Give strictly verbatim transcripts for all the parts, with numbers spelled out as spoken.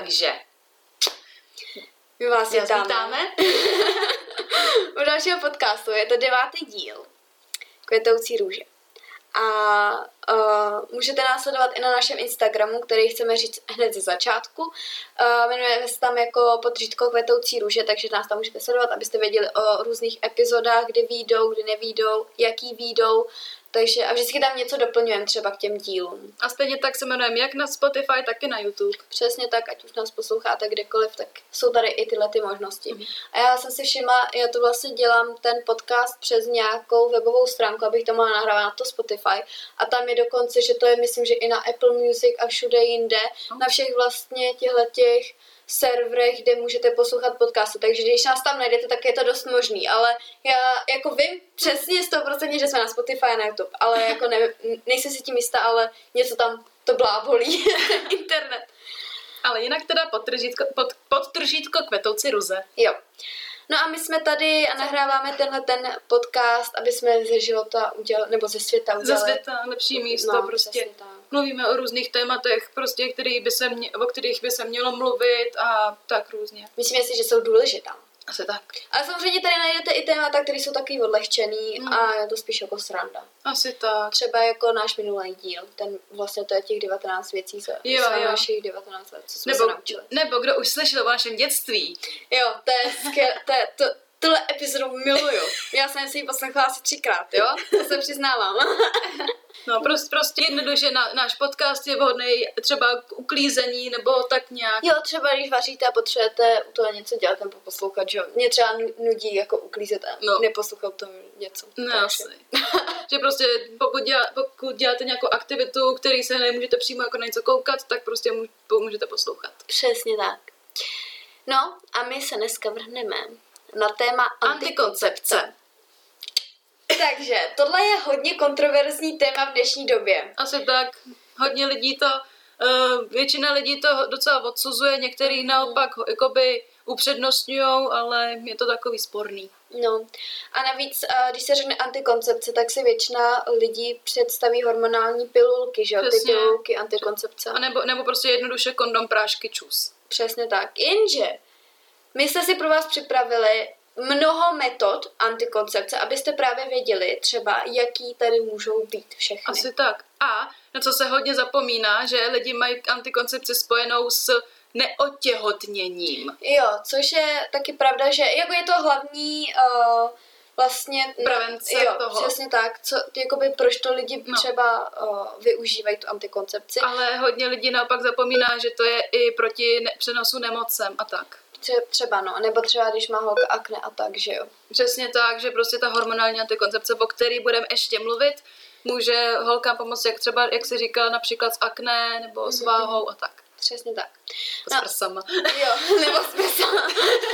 Takže my vás vítáme. vítáme. U dalšího podcastu je to devátý díl Květoucí růže. A uh, můžete nás sledovat i na našem Instagramu, který chceme říct hned ze začátku. Uh, jmenujeme se tam jako podřídko Květoucí růže, takže nás tam můžete sledovat, abyste věděli o různých epizodách, kdy výjdou, kdy nevíjdou, jaký výjdou. Takže a vždycky tam něco doplňujeme třeba k těm dílům. A stejně tak se jmenujeme jak na Spotify, tak i na YouTube. Přesně tak, ať už nás posloucháte kdekoliv, tak jsou tady i tyhle ty možnosti. Mm. A já jsem si všimla, já to vlastně dělám ten podcast přes nějakou webovou stránku, abych to mohla nahrávat na to Spotify. A tam je dokonce, že to je, myslím, že i na Apple Music a všude jinde, mm. na všech vlastně těchhletěch serverech, kde můžete poslouchat podcasty. Takže když nás tam najdete, tak je to dost možný. Ale já jako vím přesně sto procent, že jsme na Spotify a na YouTube. Ale jako ne, nejsem si tím jistá, ale něco tam to blábolí. Internet. Ale jinak teda podtržítko, pod, podtržítko Květoucí růže. Jo. No a my jsme tady a nahráváme tenhle ten podcast, aby jsme ze života udělali, nebo ze světa udělali. Ze světa lepší místo, no, prostě mluvíme o různých tématech, prostě, který by se mě, o kterých by se mělo mluvit a tak různě. Myslím si, že jsou důležitá. Asi tak. Ale samozřejmě tady najdete i témata, které jsou takový odlehčený mm. a je to spíš jako sranda. Asi tak. Třeba jako náš minulý díl, ten vlastně to je těch devatenáct věcí za našich devatenáct let, co jsme nebo, se naučili. Nebo kdo už slyšel o vašem dětství. Jo, to je skvělé, to je, to, tuhle epizodu miluju. Já jsem si ji poslechla asi třikrát, jo? To se přiznávám. No prostě, prostě jednoduše na, náš podcast je vhodný třeba k uklízení nebo tak nějak. Jo, třeba když vaříte a potřebujete u toho něco dělat nebo poslouchat, že jo. Mě třeba nudí jako uklízet a no. neposlouchat to něco. No asi. Že prostě pokud, dělá, pokud děláte nějakou aktivitu, který se nemůžete přímo jako na něco koukat, tak prostě můžete poslouchat. Přesně tak. No a my se dneska vrhneme na téma antikoncepce. antikoncepce. Takže tohle je hodně kontroverzní téma v dnešní době. Asi tak. Hodně lidí to, uh, většina lidí to docela odsuzuje, některý naopak jakoby upřednostňujou, ale je to takový sporný. No a navíc, uh, když se řekne antikoncepce, tak si většina lidí představí hormonální pilulky, že jo? Ty pilulky antikoncepce. A nebo, nebo prostě jednoduše kondom, prášky, čus. Přesně tak. Jenže my jsme si pro vás připravili mnoho metod antikoncepce, abyste právě věděli třeba, jaký tady můžou být všechny. Asi tak. A na co se hodně zapomíná, že lidi mají antikoncepci spojenou s neotěhotněním. Jo, což je taky pravda, že jako je to hlavní uh, vlastně prevence jo, toho. Přesně tak. Co, jakoby, proč to lidi no. třeba uh, využívají tu antikoncepci. Ale hodně lidí naopak zapomíná, že to je i proti ne- přenosu nemocem a tak. Třeba no, nebo třeba když má holka akné a tak, že jo. Přesně tak, že prostě ta hormonální antikoncepce, o který budeme ještě mluvit, může holkám pomoct, jak třeba, jak jsi říkala, například s akné nebo s váhou a tak. Přesně tak. S prsama. Jo, nebo s prsama.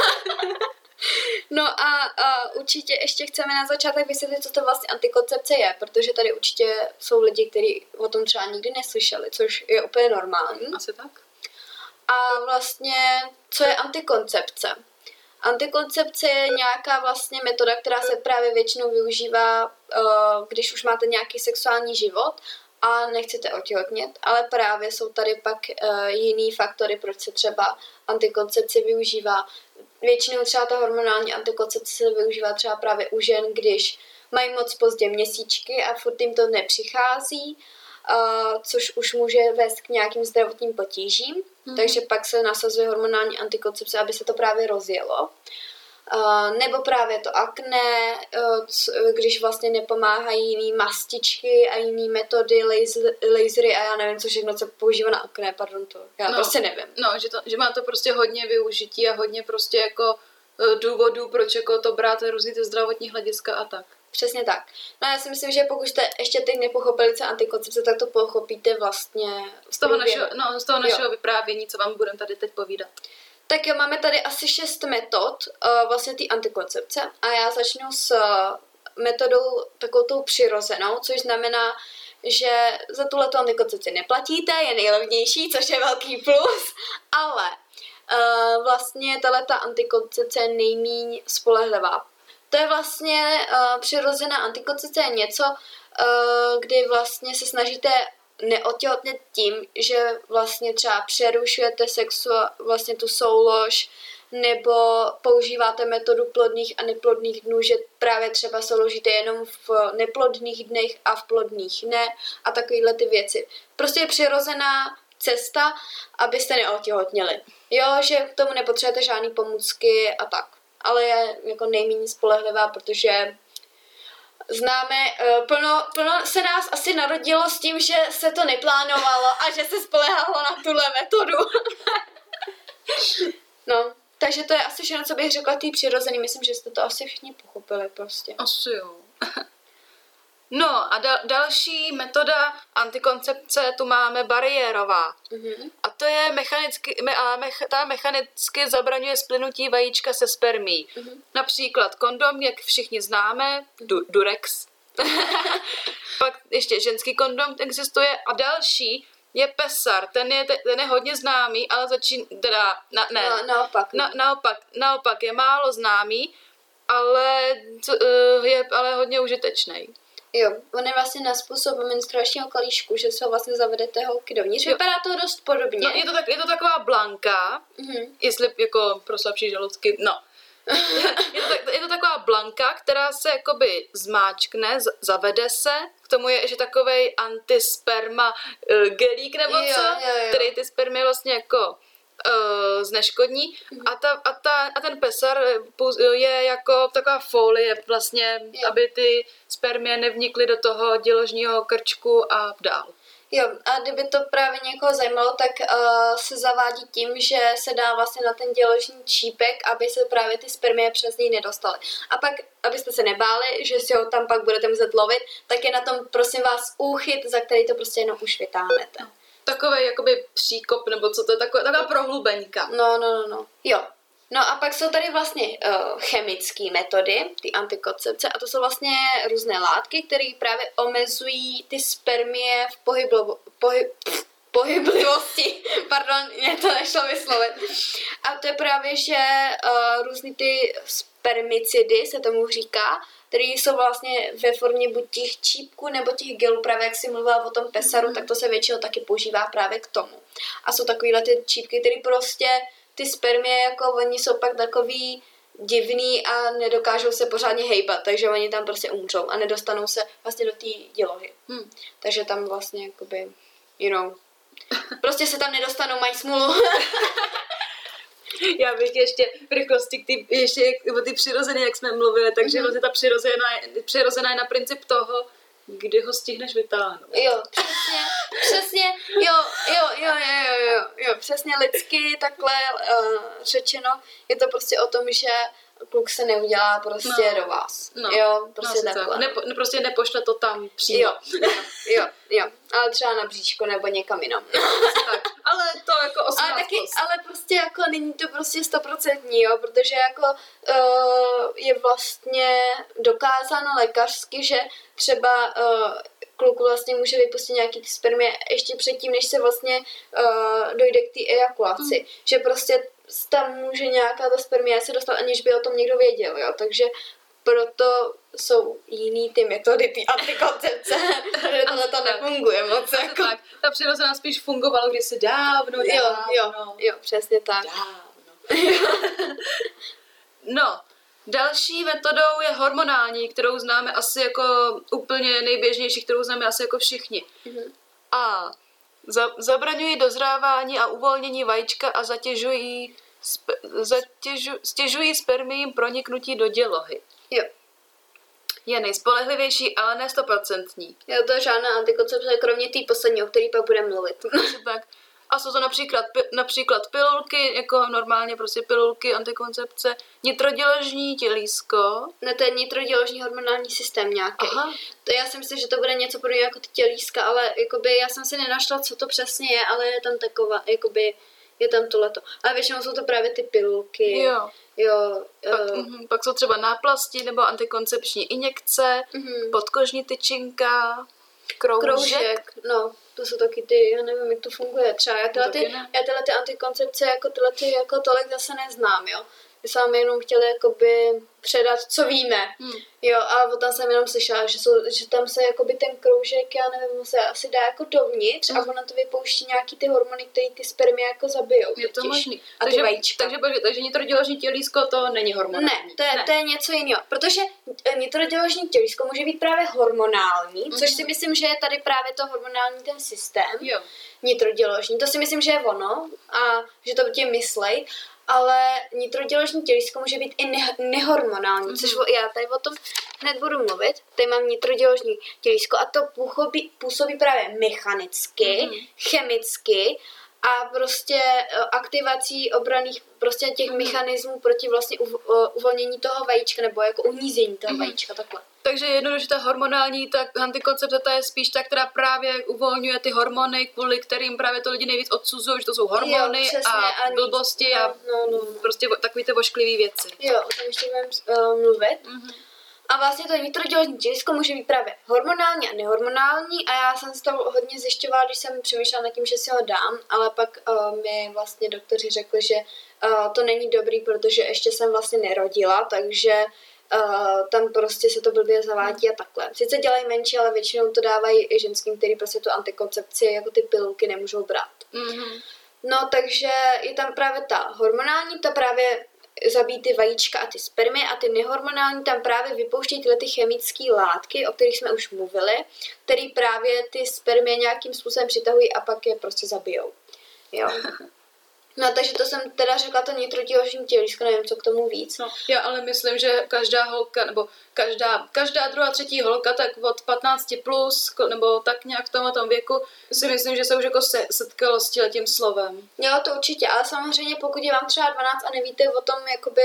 No a, a určitě ještě chceme na začátek vysvětlit, co to vlastně antikoncepce je, protože tady určitě jsou lidi, kteří o tom třeba nikdy neslyšeli, což je úplně normální. Asi tak. A vlastně, co je antikoncepce? Antikoncepce je nějaká vlastně metoda, která se právě většinou využívá, když už máte nějaký sexuální život a nechcete otěhotnět, ale právě jsou tady pak jiný faktory, proč se třeba antikoncepce využívá. Většinou třeba ta hormonální antikoncepce se využívá třeba právě u žen, když mají moc pozdě měsíčky a furt jim to nepřichází, Uh, což už může vést k nějakým zdravotním potížím, mm-hmm. takže pak se nasazuje hormonální antikoncepce, aby se to právě rozjelo. Uh, nebo právě to akné, uh, když vlastně nepomáhají jiný mastičky a jiný metody, laser, lasery a já nevím, co všechno, co používá na akné, pardon, to já no, prostě nevím. No, že, to, že má to prostě hodně využití a hodně prostě jako uh, důvodů, proč jako to brát různý ty zdravotní hlediska a tak. Přesně tak. No já si myslím, že pokud jste ještě teď nepochopili, co antikoncepce, tak to pochopíte vlastně z toho našeho, no, z toho našeho vyprávění, co vám budeme tady teď povídat. Tak jo, máme tady asi šest metod uh, vlastně té antikoncepce a já začnu s uh, metodou takovou tou přirozenou, což znamená, že za tuhleto antikoncepci neplatíte, je nejlevnější, což je velký plus, ale uh, vlastně tahleta antikoncepce je nejméně spolehlivá. To je vlastně uh, přirozená antikoncepce je něco, uh, kdy vlastně se snažíte neotěhotnět tím, že vlastně třeba přerušujete sexu, vlastně tu soulož, nebo používáte metodu plodných a neplodných dnů, že právě třeba souložíte jenom v neplodných dnech a v plodných ne a takovéhle ty věci. Prostě je přirozená cesta, abyste neotěhotněli. Jo, že k tomu nepotřebujete žádný pomůcky a tak. Ale je jako nejméně spolehlivá, protože známe, plno, plno se nás asi narodilo s tím, že se to neplánovalo a že se spolehalo na tuhle metodu. No, takže to je asi všechno, co bych řekla tý přirozený. Myslím, že jste to asi všichni pochopili prostě. Asi jo. No a da- další metoda antikoncepce tu máme bariérová. Mm-hmm. A to je mechanicky, me- a mech- ta mechanicky zabraňuje splynutí vajíčka se spermií. Mm-hmm. Například kondom, jak všichni známe, du- Durex. Pak ještě ženský kondom existuje a další je Pessar. Ten je, ten je hodně známý, ale začín, teda, na, ne, no, naopak, na, naopak, naopak je málo známý, ale je ale hodně užitečný. Jo, on je vlastně na způsob menstruačního kalíšku, že se ho vlastně zavedete holky dovnitř. Vypadá to dost podobně. No, je, to tak, je to taková blanka, mm-hmm. jestli jako pro slabší žaludky, no. je, to tak, je to taková blanka, která se jakoby zmáčkne, z, zavede se, k tomu je ještě takovej antisperma uh, gelík nebo jo, co, jo, jo. který ty spermy vlastně jako uh, zneškodní mm-hmm. a, ta, a, ta, a ten Pessar je jako taková folie vlastně, jo. aby ty spermie nevnikly do toho děložního krčku a dál. Jo, a kdyby to právě někoho zajímalo, tak uh, se zavádí tím, že se dá vlastně na ten děložní čípek, aby se právě ty spermie přes něj nedostaly. A pak, abyste se nebáli, že si ho tam pak budete muset lovit, tak je na tom, prosím vás, úchyt, za který to prostě jenom už vytáhnete. Takový jakoby příkop, nebo co to je, taková, taková prohlubeňka. No, no, no, no. Jo. No a pak jsou tady vlastně uh, chemické metody, ty antikoncepce, a to jsou vlastně různé látky, které právě omezují ty spermie v pohyblo, pohyb, pohyblivosti. Pardon, mě to nešlo vyslovit. A to je právě, že uh, různý ty spermicidy, se tomu říká, které jsou vlastně ve formě buď těch čípků nebo těch gelů, právě jak jsi mluvila o tom Pessaru, mm. tak to se většinou taky používá právě k tomu. A jsou takovýhle ty čípky, které prostě ty spermie, jako oni jsou pak takový divný a nedokážou se pořádně hejbat, takže oni tam prostě umřou a nedostanou se vlastně do té dělohy. Hmm. Takže tam vlastně jakoby, you know, prostě se tam nedostanou, mají smůlu. Já bych ještě v rychlosti k ty, ještě o ty přirozené, jak jsme mluvili, takže mm-hmm. vlastně ta přirozená, přirozená je na princip toho, kdy ho stihneš vytáhnout. Jo, přesně, přesně, jo, jo, jo, jo, jo, jo, jo, přesně lidsky takhle uh, řečeno, je to prostě o tom, že kluk se neudělá prostě no, do vás. No, jo, prostě no, takhle. Nepo, ne, prostě nepošle to tam přímo. Jo, jo, jo, jo, ale třeba na bříško nebo někam jinam. Tak, ale to jako osmnáct ale taky, ale prostě jako není to prostě stoprocentní, jo, protože jako uh, je vlastně dokázáno lékařsky, že třeba uh, kluku vlastně může vypustit nějaký ty spermie ještě předtím, než se vlastně uh, dojde k té ejakulaci. Mm. Že prostě tam může nějaká ta spermie se dostat, aniž by o tom někdo věděl, jo, takže proto jsou jiný ty metody, ty antikoncepce, že tohle tam nefunguje moc. Jako. Tak, ta přirozená spíš fungovala kdysi dávno, dávno. Jo, jo, jo, přesně tak. Dávno. No, další metodou je hormonální, kterou známe asi jako úplně nejběžnější, kterou známe asi jako všichni. Mm-hmm. A za, zabraňují dozrávání a uvolnění vajíčka a zatěžují, spe, zatěžu, stěžují spermiím proniknutí do dělohy. Jo. Je nejspolehlivější, ale ne stoprocentní. Jo, to je žádná antikoncepce, kromě té poslední, o který pak budeme mluvit. Tak. A jsou to například, například pilulky, jako normálně prostě pilulky, antikoncepce, nitroděložní tělísko. No to je nitroděložní hormonální systém nějaký. Aha. To já si myslím, že to bude něco podobného jako ty tělíska, ale jakoby já jsem si nenašla, co to přesně je, ale je tam taková, jakoby je tam tohleto. Ale většinou jsou to právě ty pilulky. Jo. Jo. Pak, uh, uh, pak jsou třeba náplasti nebo antikoncepční injekce, uh-huh. podkožní tyčinka, kroužek. kroužek. No, to jsou taky ty, já nevím, jak to funguje. Třeba já tyhle, ty, já tyhle ty antikoncepce jako tyhle ty jako tolik zase neznám, jo. My jsme vám jenom chtěli jakoby předat, co víme. Hmm. Jo, a tam jsem jenom slyšela, že, jsou, že tam se jakoby ten kroužek, já nevím, se asi dá jako dovnitř hmm. a ona to vypouští nějaký ty hormony, které ty spermie jako zabijou. Je to možný. A takže, ty vajíčka. Takže, takže, takže nitroděložní tělísko to není hormonální. Ne, to je, ne. To je něco jiného. Protože nitroděložní tělísko může být právě hormonální, mm-hmm. což si myslím, že je tady právě to hormonální ten systém. Jo. Nitroděložní. To si myslím, že je ono a že to tím myslej. Ale nitroděložní tělísko může být i ne- nehormonální, mm-hmm. což já tady o tom hned budu mluvit. Tady mám nitroděložní tělísko a to působí, působí právě mechanicky, mm-hmm. chemicky a prostě aktivací obraných prostě těch mm-hmm. mechanismů proti vlastně uv- uvolnění toho vajíčka nebo jako unízení toho mm-hmm. vajíčka, takhle. Takže jednoduše ta hormonální, ta antikoncepce, ta je spíš ta, která právě uvolňuje ty hormony, kvůli kterým právě to lidi nejvíc odsuzují, že to jsou hormony jo, přesně, a, a blbosti no, a no, no, no. prostě takový ty vošklivý věci. Jo, o tom ještě budeme uh, mluvit. Mm-hmm. A vlastně to nitroděložní tělísko může být právě hormonální a nehormonální a já jsem si to hodně zjišťovala, když jsem přemýšlela nad tím, že si ho dám, ale pak uh, mi vlastně doktoři řekli, že uh, to není dobrý, protože ještě jsem vlastně nerodila, takže Uh, tam prostě se to blbě zavádí a takhle. Sice dělají menší, ale většinou to dávají i ženským, který prostě tu antikoncepci jako ty pilulky nemůžou brát. Mm-hmm. No, takže je tam právě ta hormonální, ta právě zabíjí ty vajíčka a ty spermie a ty nehormonální tam právě vypouštějí tyhle ty chemické látky, o kterých jsme už mluvili, který právě ty spermie nějakým způsobem přitahují a pak je prostě zabijou. Jo. No, takže to jsem teda řekla to nitroděložní tělísko, nevím, co k tomu víc. No, já ale myslím, že každá holka, nebo každá, každá druhá, třetí holka, tak od patnácti plus, nebo tak nějak v tomhle tom věku, si myslím, že se už jako se, setkalo s tím slovem. Jo, to určitě, ale samozřejmě pokud je vám třeba dvanáct a nevíte o tom, jakoby,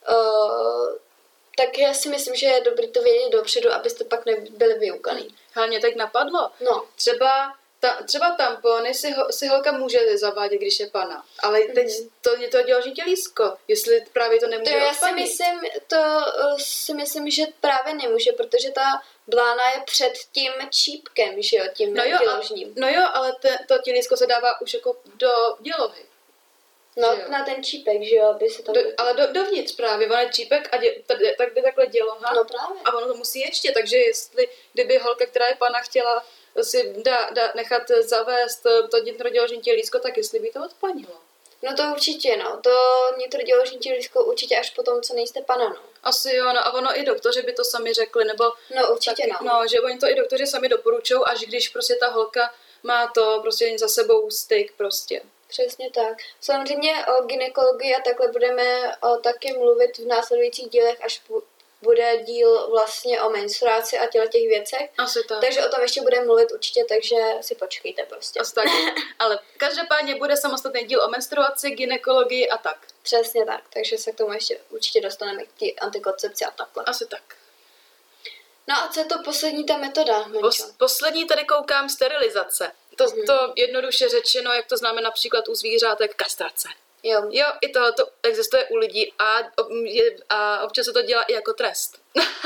uh, tak já si myslím, že je dobrý to vědět dopředu, abyste pak nebyli vyukaný. Hlavně teď napadlo. No. Třeba Ta, třeba tampony si, ho, si holka může zavádět, když je pana. Ale teď mm-hmm. to nitroděložní tělísko, jestli právě to nemůže to já si myslím, to uh, si myslím, že právě nemůže, protože ta blána je před tím čípkem, že jo, tím no jo, děložním. A, no jo, ale te, to tělísko se dává už jako do dělohy. No, na ten čípek, že jo, aby se tam... Do, ale do, dovnitř právě, on je čípek a dě, tady, tak by takhle děloha. No právě. A ono to musí ještě, takže jestli, kdyby holka, která je pana, chtěla si dá, dá, nechat zavést to nitroděložní tělísko, tak jestli by to odpanilo. No to určitě, no. To nitroděložní tělísko určitě až po tom, co nejste pana, no. Asi jo, no a ono i doktoři by to sami řekli, nebo... No určitě, tak, no. No, že oni to i doktoři sami doporučují, až když prostě ta holka má to prostě za sebou styk prostě. Přesně tak. Samozřejmě o gynekologii a takhle budeme o, taky mluvit v následujících dílech, až bude díl vlastně o menstruaci a těle těch věcech. Asi tak. Takže o tom ještě budeme mluvit určitě, takže si počkejte prostě. Asi tak. Ale každopádně bude samostatný díl o menstruaci, gynekologii a tak. Přesně tak, takže se k tomu ještě určitě dostaneme k té antikoncepci a takhle. Asi tak. No a co je to poslední ta metoda, Pos- Poslední tady koukám sterilizace. To, mm-hmm. to jednoduše řečeno, jak to známe například u zvířátek, kastrace. Jo. Jo, i tohle to existuje u lidí a, je, a občas se to dělá i jako trest.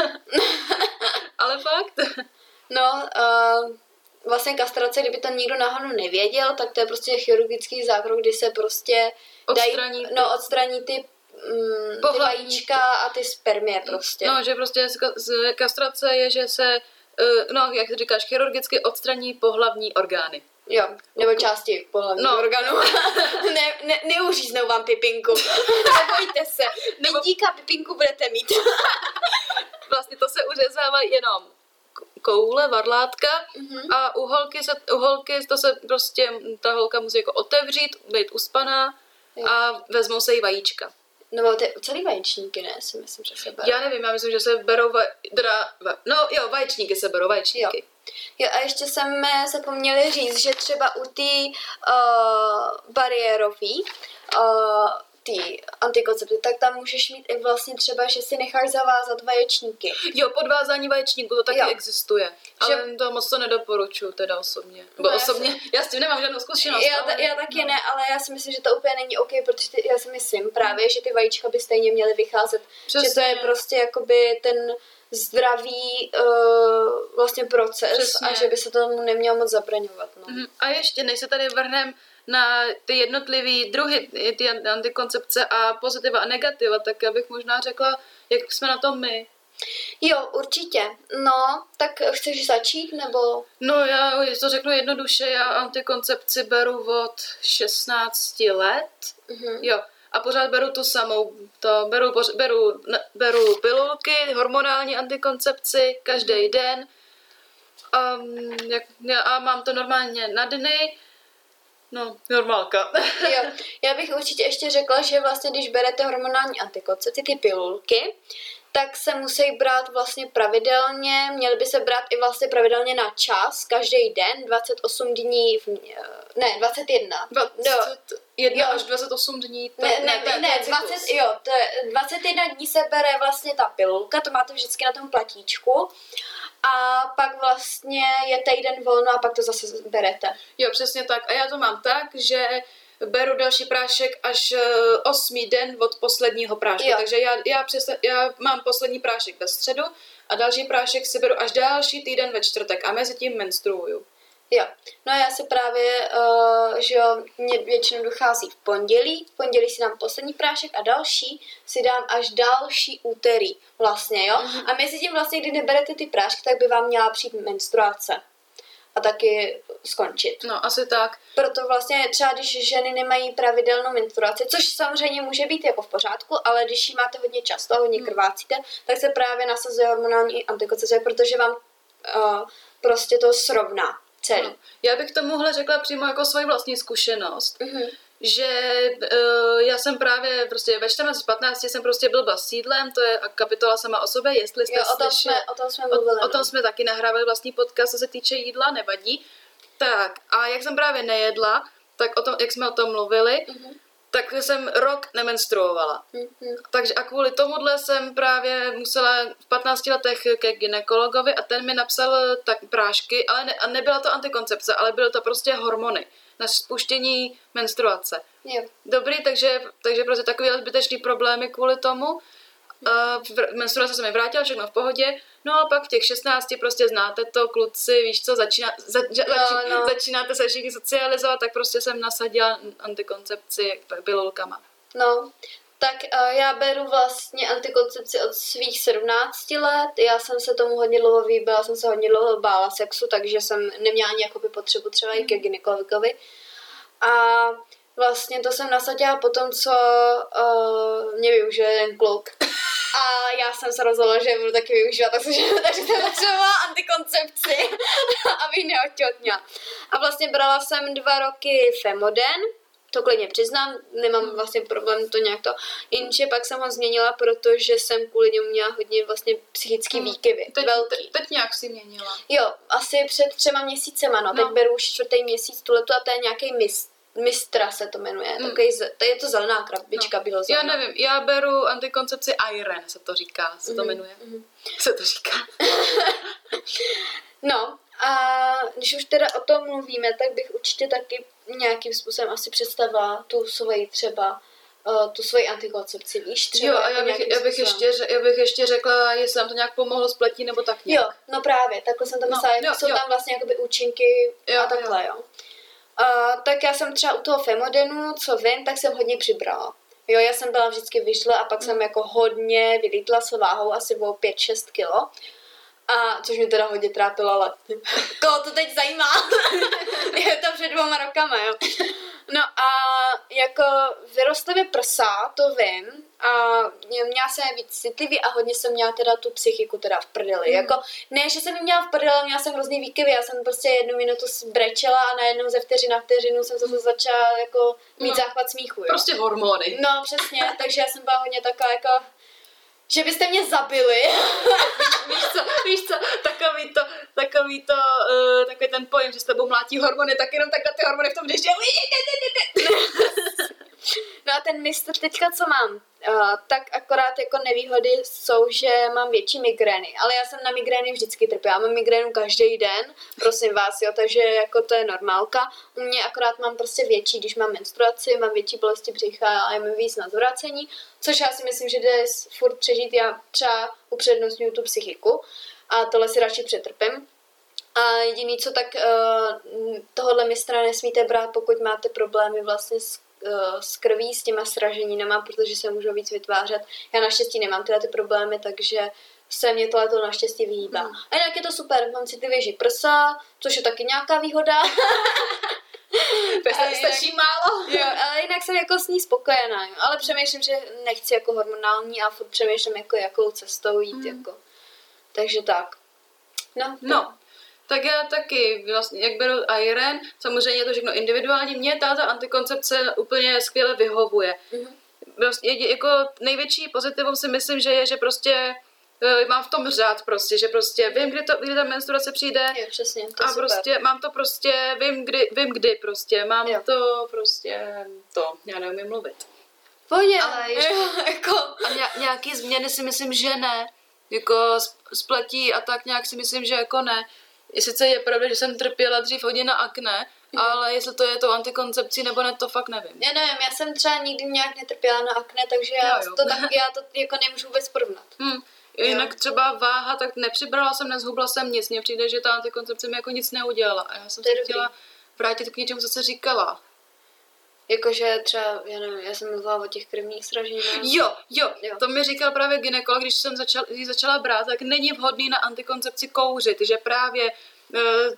Ale fakt. No, uh, vlastně kastrace, kdyby to nikdo náhodou nevěděl, tak to je prostě chirurgický zákrok, kdy se prostě odstraní, dají, no, odstraní ty, mm, ty vajíčka a ty spermie prostě. No, že prostě z kastrace je, že se, no, jak ty říkáš, chirurgicky odstraní pohlavní orgány. Jo, nebo části pohlavního no. orgánu. ne, ne, neuříznou vám pipinku. Nebojte se. Vidíka pipinku budete mít. Vlastně to se uřezává jenom koule, varlátka mm-hmm. a u holky, se, u holky to se prostě, ta holka musí jako otevřít, být uspaná jo. a vezmou se jí vajíčka. Nebo ty celý vaječníky, ne? Si myslím, že se berou. Já nevím, já myslím, že se berou vaj... Dra... No jo, vaječníky se berou, vaječníky. Jo. Jo, a ještě jsme zapomněli říct, že třeba u té uh, bariérový uh, ty antikoncepce, tak tam můžeš mít i vlastně třeba, že si necháš zavázat vaječníky. Jo, podvázání vaječníků, to taky jo. existuje. Ale že... to moc to nedoporučuju teda osobně. Bo no, osobně, já, si... já s tím nemám žádnou zkušenost. Já, ale... já taky no. ne, ale já si myslím, že to úplně není OK, protože ty, já si myslím právě, že ty vajíčka by stejně měly vycházet. Přesně. Že to je prostě jakoby ten zdravý uh, vlastně proces Přesně. a že by se tomu nemělo moc zabraňovat. No. Mm, a ještě, než se tady vrhneme na ty jednotlivý druhy, ty antikoncepce a pozitiva a negativa, tak já bych možná řekla, jak jsme na tom my. Jo, určitě. No, tak chceš začít, nebo? No, já to řeknu jednoduše, já antikoncepci beru od šestnácti let, Mm-hmm. jo, a pořád beru tu samou, to beru, beru, beru pilulky, hormonální antikoncepci, každý mm-hmm. den, um, jak, a mám to normálně na dny, no, normálka. Jo, já bych určitě ještě řekla, že vlastně, když berete hormonální antikoncepci, ty pilulky, tak se musí brát vlastně pravidelně, měly by se brát i vlastně pravidelně na čas, každý den, dvacet osm dní, v, ne, dvacet jedna. dvacet jedna až dvacet osm dní. To, ne, ne, ne, ne dvacet, jo, to je, dvacet jedna dní se bere vlastně ta pilulka, to máte vždycky na tom platíčku. A pak vlastně je týden volno a pak to zase berete. Jo, přesně tak. A já to mám tak, že beru další prášek až osmý den od posledního prášku. Jo. Takže já, já, přesně, já mám poslední prášek ve středu a další prášek si beru až další týden ve čtvrtek a mezi tím menstruuju. Jo, no já si právě, uh, že jo, mě většinou dochází v pondělí, v pondělí si dám poslední prášek a další si dám až další úterý vlastně, jo. Mm-hmm. A mezi tím vlastně, kdy neberete ty prášky, tak by vám měla přijít menstruace a taky skončit. No, asi tak. Proto vlastně třeba, když ženy nemají pravidelnou menstruaci, což samozřejmě může být jako v pořádku, ale když ji máte hodně často, hodně mm. krvácíte, tak se právě nasazuje hormonální antikoncepce, protože vám uh, prostě to srovná. No, já bych tomuhle řekla přímo jako svoji vlastní zkušenost, mm-hmm. že uh, já jsem právě prostě ve čtrnácti patnácti jsem prostě blba s sídlem, to je kapitola sama o sobě, jestli jste jo, o tom slyšeli. Jsme, o tom jsme mluvili. O, o tom jsme taky nahrávali vlastní podcast, co se týče jídla, nevadí. Tak, a jak jsem právě nejedla, tak o tom, jak jsme o tom mluvili, mm-hmm. tak jsem rok nemenstruovala. Mm-hmm. Takže a kvůli tomuhle jsem právě musela v patnácti letech ke gynekologovi a ten mi napsal tak prášky, ale ne, a nebyla to antikoncepce, ale byly to prostě hormony na spuštění menstruace. Jo. Dobrý, takže, takže prostě takové zbytečný problémy kvůli tomu. Uh, menstruace se mi vrátila, všechno v pohodě. No a pak v těch šestnácti prostě znáte to, kluci, víš co, začíná, zač, no, zač, no. začínáte se všichni socializovat, tak prostě jsem nasadila antikoncepci pilulkama. No, tak uh, já beru vlastně antikoncepci od svých sedmnácti let. Já jsem se tomu hodně dlouho výbila, jsem se hodně dlouho bála sexu, takže jsem neměla ani jakoby potřebu třeba i ke gynekologovi. A vlastně to jsem nasadila po tom, co uh, mě využil jeden kluk. A já jsem se rozhodla, že budu taky využívat, takže, takže jsem potřebovala antikoncepci, abych neotěhotněla. A vlastně brala jsem dva roky Femoden, to klidně přiznám, nemám vlastně problém to nějak to. Jenže pak jsem ho změnila, protože jsem kvůli němu měla hodně vlastně psychický výkyvy. Teď, velký. Te, teď nějak si měnila. Jo, asi před třema měsícema, no. no. Teď beru už čtvrtý měsíc tuletu a to je nějaký mist. Mistra se to jmenuje, mm. takový, to je to zelená krabička, no. Bylo zelená. Já nevím, já beru antikoncepci Iron, se to říká, se to mm. jmenuje. Mm. Se to říká. No, a když už teda o tom mluvíme, tak bych určitě taky nějakým způsobem asi představila tu svoji třeba, uh, tu svoji antikoncepci, víš? Třeba jo, a já bych, já, bych ještě, já bych ještě řekla, jestli nám to nějak pomohlo s pletí, nebo tak nějak. Jo, no právě, takhle jsem to myslela, no, jak jsou jo. tam vlastně jakoby účinky jo, a takhle, jo. jo. Uh, tak já jsem třeba u toho Femodenu, co vím, tak jsem hodně přibrala. Jo, já jsem byla vždycky vyšla a pak mm. jsem jako hodně vylítla s váhou asi o pět šest kilo. A což mě teda hodně trápilo, ale koho to teď zajímá? Je to před dvěma rokama, jo. No a jako vyrostly mi prsa, to vím. A měla jsem víc citlivý a hodně jsem měla teda tu psychiku teda v prdeli. Mm. Jako, ne, že jsem ji měla v prdeli, měla jsem hrozný výkyvy. Já jsem prostě jednu minutu brečela a najednou ze vteřin na vteřinu jsem zase začala jako mít no, záchvat smíchu, jo. Prostě hormony. No, přesně, takže já jsem byla hodně taková jako... že byste mě zabili. víš co, víš co, takový to, takový to, uh, takový ten pojem, že s tebou mlátí hormony, tak jenom takhle ty hormony v tom deště. No a ten mistr teďka, co mám, uh, tak akorát jako nevýhody jsou, že mám větší migrény, ale já jsem na migrény vždycky trpěla, mám migrénu každý den, prosím vás, jo, takže jako to je normálka. U mě akorát mám prostě větší, když mám menstruaci, mám větší bolesti břicha a je mi víc na zvracení, což já si myslím, že jde furt přežít, já třeba upřednostňuju tu psychiku a tohle si radši přetrpím. A jediný, co tak uh, tohohle mistra nesmíte brát, pokud máte problémy vlastně s, uh, s krví, s těma sraženinama, protože se můžou víc vytvářet. Já naštěstí nemám tyhle ty problémy, takže se mě tohleto naštěstí vyhýbá. Hmm. A jinak je to super, mám citlivější prsa, což je taky nějaká výhoda. Stačí málo. Jo, ale jinak jsem jako s ní spokojená, jo. Ale přemýšlím, že nechci jako hormonální a furt přemýšlím, jako jakou cestou jít, hmm. jako. Takže tak. No, no. Tak já taky, vlastně, jak beru Iron, samozřejmě je to všechno individuální, mě tato antikoncepce úplně skvěle vyhovuje. Mm-hmm. Vlastně, jako největší pozitivum si myslím, že je, že prostě uh, mám v tom řád prostě, že prostě vím, kdy, to, kdy ta menstruace přijde. Jo, přesně, to a super. prostě mám to prostě, vím kdy, vím kdy prostě, mám jo. to prostě, to, já neumím mluvit. Pojď, ale ještě, jako... A nějaký změny si myslím, že ne, jako spletí a tak nějak si myslím, že jako ne. Sice je pravda, že jsem trpěla dřív hodně na akné, mm. ale jestli to je to antikoncepcí nebo ne, to fakt nevím. Já nevím, já jsem třeba nikdy nějak netrpěla na akné, takže já jo, jo. to tak, já to jako nemůžu vůbec porovnat. Hmm. Jinak jo. třeba váha, tak nepřibrala jsem, nezhubla jsem nic. Mně přijde, že ta antikoncepce mi jako nic neudělala. A já jsem se chtěla vrátit k něčemu, co se říkala. Jakože třeba, já nevím, já jsem mluvila o těch krevních sraženinách. Jo, jo, jo, to mi říkal právě gynekolog, když jsem začal, když začala brát, tak není vhodný na antikoncepci kouřit, že právě... Uh...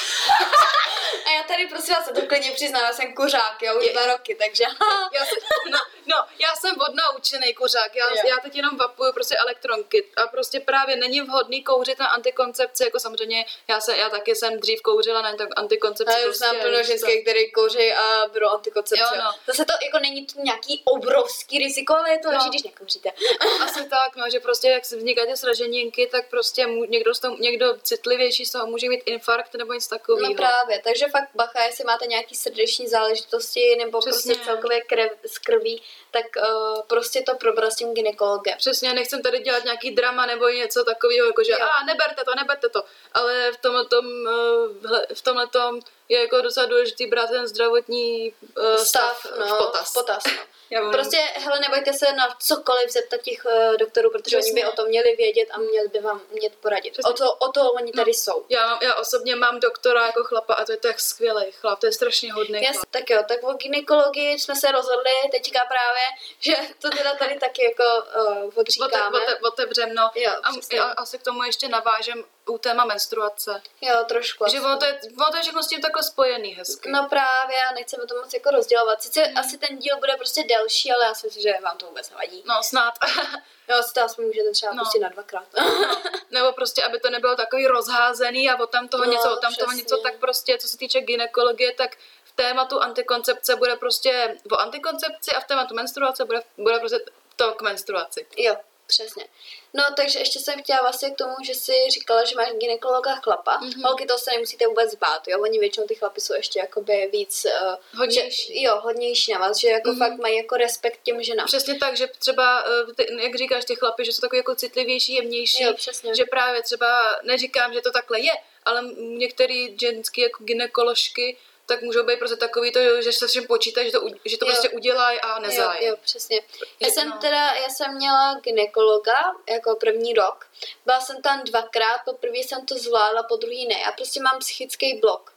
A já tady prosím vás, to klidně přiznám, já jsem kuřák, já už je, dva roky, takže... já jsem, no, no, já jsem odnaučený kuřák, já, já teď jenom vapuju prostě elektronky a prostě právě není vhodný kouřit na antikoncepci, jako samozřejmě já, se, já taky jsem dřív kouřila na antikoncepci. Já prostě, znám plno ženských, který kouří a berou antikoncepci. Jo, no. Zase to jako není to nějaký obrovský riziko, ale je to lepší, no. když nekouříte. Asi tak, no, že prostě jak vznikají ty sraženinky, tak prostě mu, někdo, z toho, někdo citlivější z toho může mít infarkt nebo nic takového. No právě, takže fakt bacha, jestli máte nějaký srdeční záležitosti nebo Přesně. prostě celkově krev, z krví, tak uh, prostě to probrat s tím gynekologem. Přesně, nechcem tady dělat nějaký drama nebo něco takového, jako že a neberte to, neberte to, ale v tomhletom, uh, v tomhletom je jako docela důležitý brát ten zdravotní uh, stav, stav no, v potaz. V potaz no. Prostě, hele, nebojte se na cokoliv zeptat těch uh, doktorů, protože Přesně. oni by o tom měli vědět a měli by vám umět poradit. O to, o to oni tady no. jsou. Já, já osobně mám doktora jako chlapa a to je tak skvělý chlap, to je strašně hodný chlap. Tak jo, tak o gynekologii jsme se rozhodli teďka právě, že to teda tady taky jako uh, odříkáme. Ote, ote, otevřem, no. Jo, a, a asi k tomu ještě navážem u téma menstruace. Jo, trošku. Že ono to, je, ono to je všechno s tím takhle spojený hezky. No právě, a nechceme to moc jako rozdělovat. Sice hmm. asi ten díl bude prostě delší, ale já si myslím, že vám to vůbec nevadí. No, snad. Jo, si to aspoň můžete třeba no. pustit na dvakrát. No. Nebo prostě, aby to nebylo takový rozházený a od tam toho no, něco, od tam toho něco, tak prostě, co se týče gynekologie, tak v tématu antikoncepce bude prostě o antikoncepci a v tématu menstruace bude, bude prostě to k menstruaci. Jo. Přesně. No, takže ještě jsem chtěla vlastně k tomu, že jsi říkala, že máš gynekologa chlapa. Mm-hmm. Holky, to se nemusíte vůbec bát, jo? Oni většinou ty chlapy jsou ještě jakoby víc... Uh, hodnější. Že, jo, hodnější na vás, že jako mm-hmm. fakt mají jako respekt těm ženám. Přesně tak, že třeba, ty, jak říkáš, ty chlapy, že jsou takový jako citlivější, jemnější. Jo, přesně. Že právě třeba, neříkám, že to takhle je, ale některý ženský jako gynekoložky tak můžou být prostě takový to, že se všem počítají, že to, že to prostě udělají a nezájem. Jo, jo, přesně. Já jsem no. teda, já jsem měla gynekologa jako první rok. Byla jsem tam dvakrát, poprvé jsem to zvládla, po druhý ne. Já prostě mám psychický blok.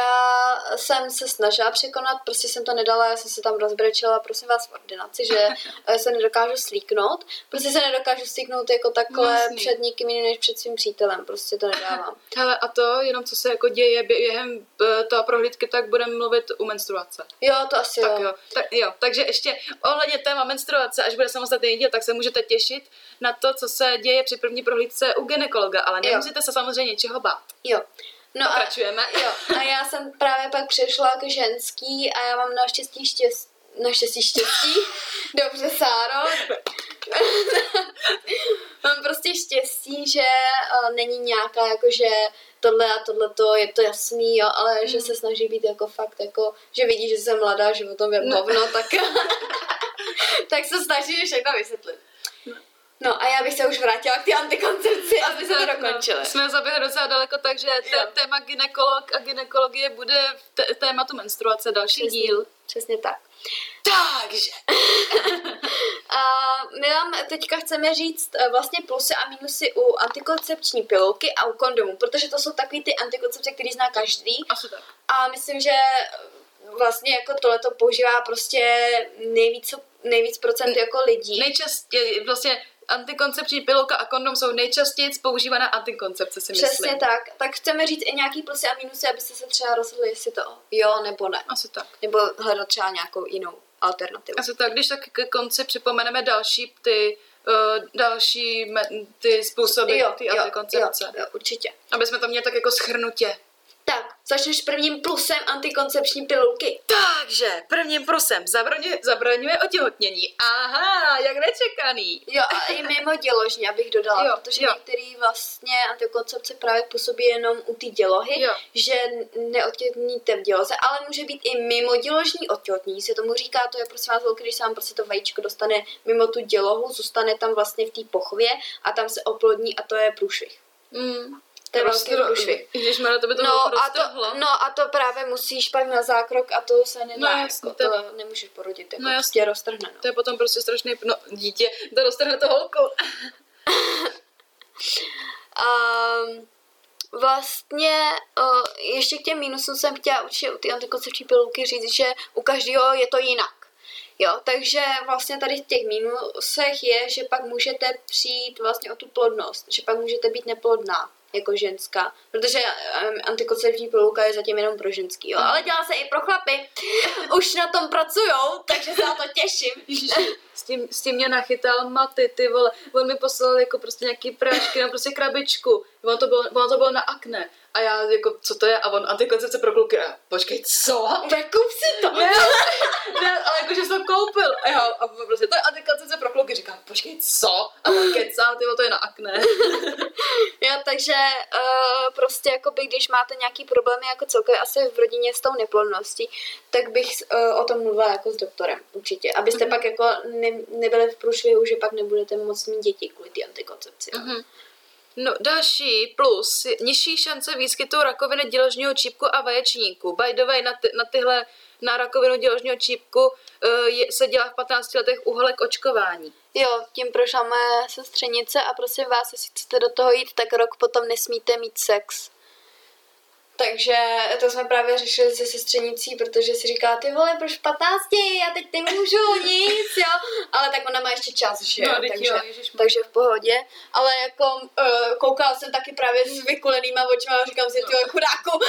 Já jsem se snažila překonat, prostě jsem to nedala, já jsem se tam rozbrečela, prosím vás v ordinaci, že se nedokážu slíknout. Prostě se nedokážu slíknout jako takhle Jasný. před nikým jiným než před svým přítelem, prostě to nedávám. Hele, a to jenom co se jako děje během toho prohlídky, tak budeme mluvit u menstruace. Jo, to asi tak jo. jo. Tak jo, takže ještě ohledně téma menstruace, až bude samostatný díl, tak se můžete těšit na to, co se děje při první prohlídce u gynekologa, ale nemusíte jo. se samozřejmě něčeho bát. Jo. No Pokračujeme. A, jo, a já jsem právě pak přešla k ženský a já mám naštěstí štěstí. Naštěstí štěstí. Dobře, Sáro. Mám prostě štěstí, že uh, není nějaká jakože tohle a tohleto, je to jasný, jo, ale mm. že se snaží být jako fakt, jako, že vidí, že jsem mladá, že o tom je hovno, no. tak, tak se snaží všechno vysvětlit. No a já bych se už vrátila k té antikoncepci, aby se to dokončili. No, jsme zaběhli docela daleko, takže té, téma gynekolog a gynekologie bude v té, tématu menstruace další Přesně, díl. Přesně tak. Takže. A my vám teďka chceme říct uh, vlastně plusy a minusy u antikoncepční pilulky a u kondomu, protože to jsou takový ty antikoncepce, který zná každý. Asi tak. A myslím, že vlastně jako tohleto používá prostě nejvíc, nejvíc procent jako lidí. Nejčastěji vlastně antikoncepční pilulka a kondom jsou nejčastěji používaná antikoncepce, si myslím. Přesně tak. Tak chceme říct i nějaký plusy a minusy, abyste se třeba rozhodli, jestli to jo nebo ne. Asi tak. Nebo hledat třeba nějakou jinou alternativu. Asi tak, když tak ke konci připomeneme další ty, uh, další me, ty způsoby, jo, ty antikoncepce. Jo, jo, určitě. Aby jsme to měli tak jako shrnutě. Tak, začneš prvním plusem antikoncepční pilulky. Takže prvním plusem zabraňuje, zabraňuje otěhotnění. Aha, jak nečekaný. Jo, a i mimo děložně, abych dodala, jo, protože jo. některý vlastně antikoncepce právě působí jenom u té dělohy, jo. že neotěhotníte v děloze, ale může být i mimo děložní otěhotnění, se tomu říká, to je prosím vás velký, když se vám prostě to vajíčko dostane mimo tu dělohu, zůstane tam vlastně v té pochvě a tam se oplodní a to je průšvih. Mm. To je velký průšvih. Ježišmarja, to by to no, a to, no a to právě musíš pak na zákrok a to se nedá, no, jasný, jako, to, to nemůžeš porodit, jako no, prostě roztrhne. No. To je potom prostě strašný, no dítě, to roztrhne to holku. um, vlastně uh, ještě k těm minusům jsem chtěla určitě u ty antikoncepční pilulky říct, že u každého je to jinak. Jo, takže vlastně tady v těch minusech je, že pak můžete přijít vlastně o tu plodnost, že pak můžete být neplodná jako ženská, protože um, antikoncepční pilulka je zatím jenom pro ženský, jo, ale dělá se i pro chlapy. Už na tom pracujou, takže se na to těším. Ježiši, s tím, s tím mě nachytal Maty, ty vole. On mi poslal jako prostě nějaký prášky, no prostě krabičku. Ono to bylo, ono to bylo na akné. A já jako, co to je? A on antikoncepce pro kluky. A počkej, co? Nekup si to. Ne, ne, ale jakože jsi to koupil. A já, a prostě to je antikoncepce pro kluky. Říkám, počkej, co? A on kecá, ty to je na akné. Jo, takže uh, prostě jakoby, když máte nějaký problémy jako celkově asi v rodině s tou neplodností, tak bych uh, o tom mluvila jako s doktorem, určitě. Abyste mm-hmm. pak jako ne, nebyli v průšvihu, že pak nebudete moc mít děti kvůli té antikoncepci. Mm-hmm. No, další plus, nižší šance výskytu rakoviny děložního čípku a vaječníku. By the way, na, ty, na tyhle, na rakovinu děložního čípku uh, je, se dělá v patnácti letech úholek očkování. Jo, tím prošla moje sestřenice a prosím vás, jestli chcete do toho jít, tak rok potom nesmíte mít sex. Takže to jsme právě řešili se sestřenicí, protože si říká, ty vole, proč v patnácti, já teď nemůžu nic, jo. Ale tak ona má ještě čas, že jo, no, takže, jo takže v pohodě. Ale jako uh, koukala jsem taky právě s vykulenýma očima a říkám si, tyhle chudáku.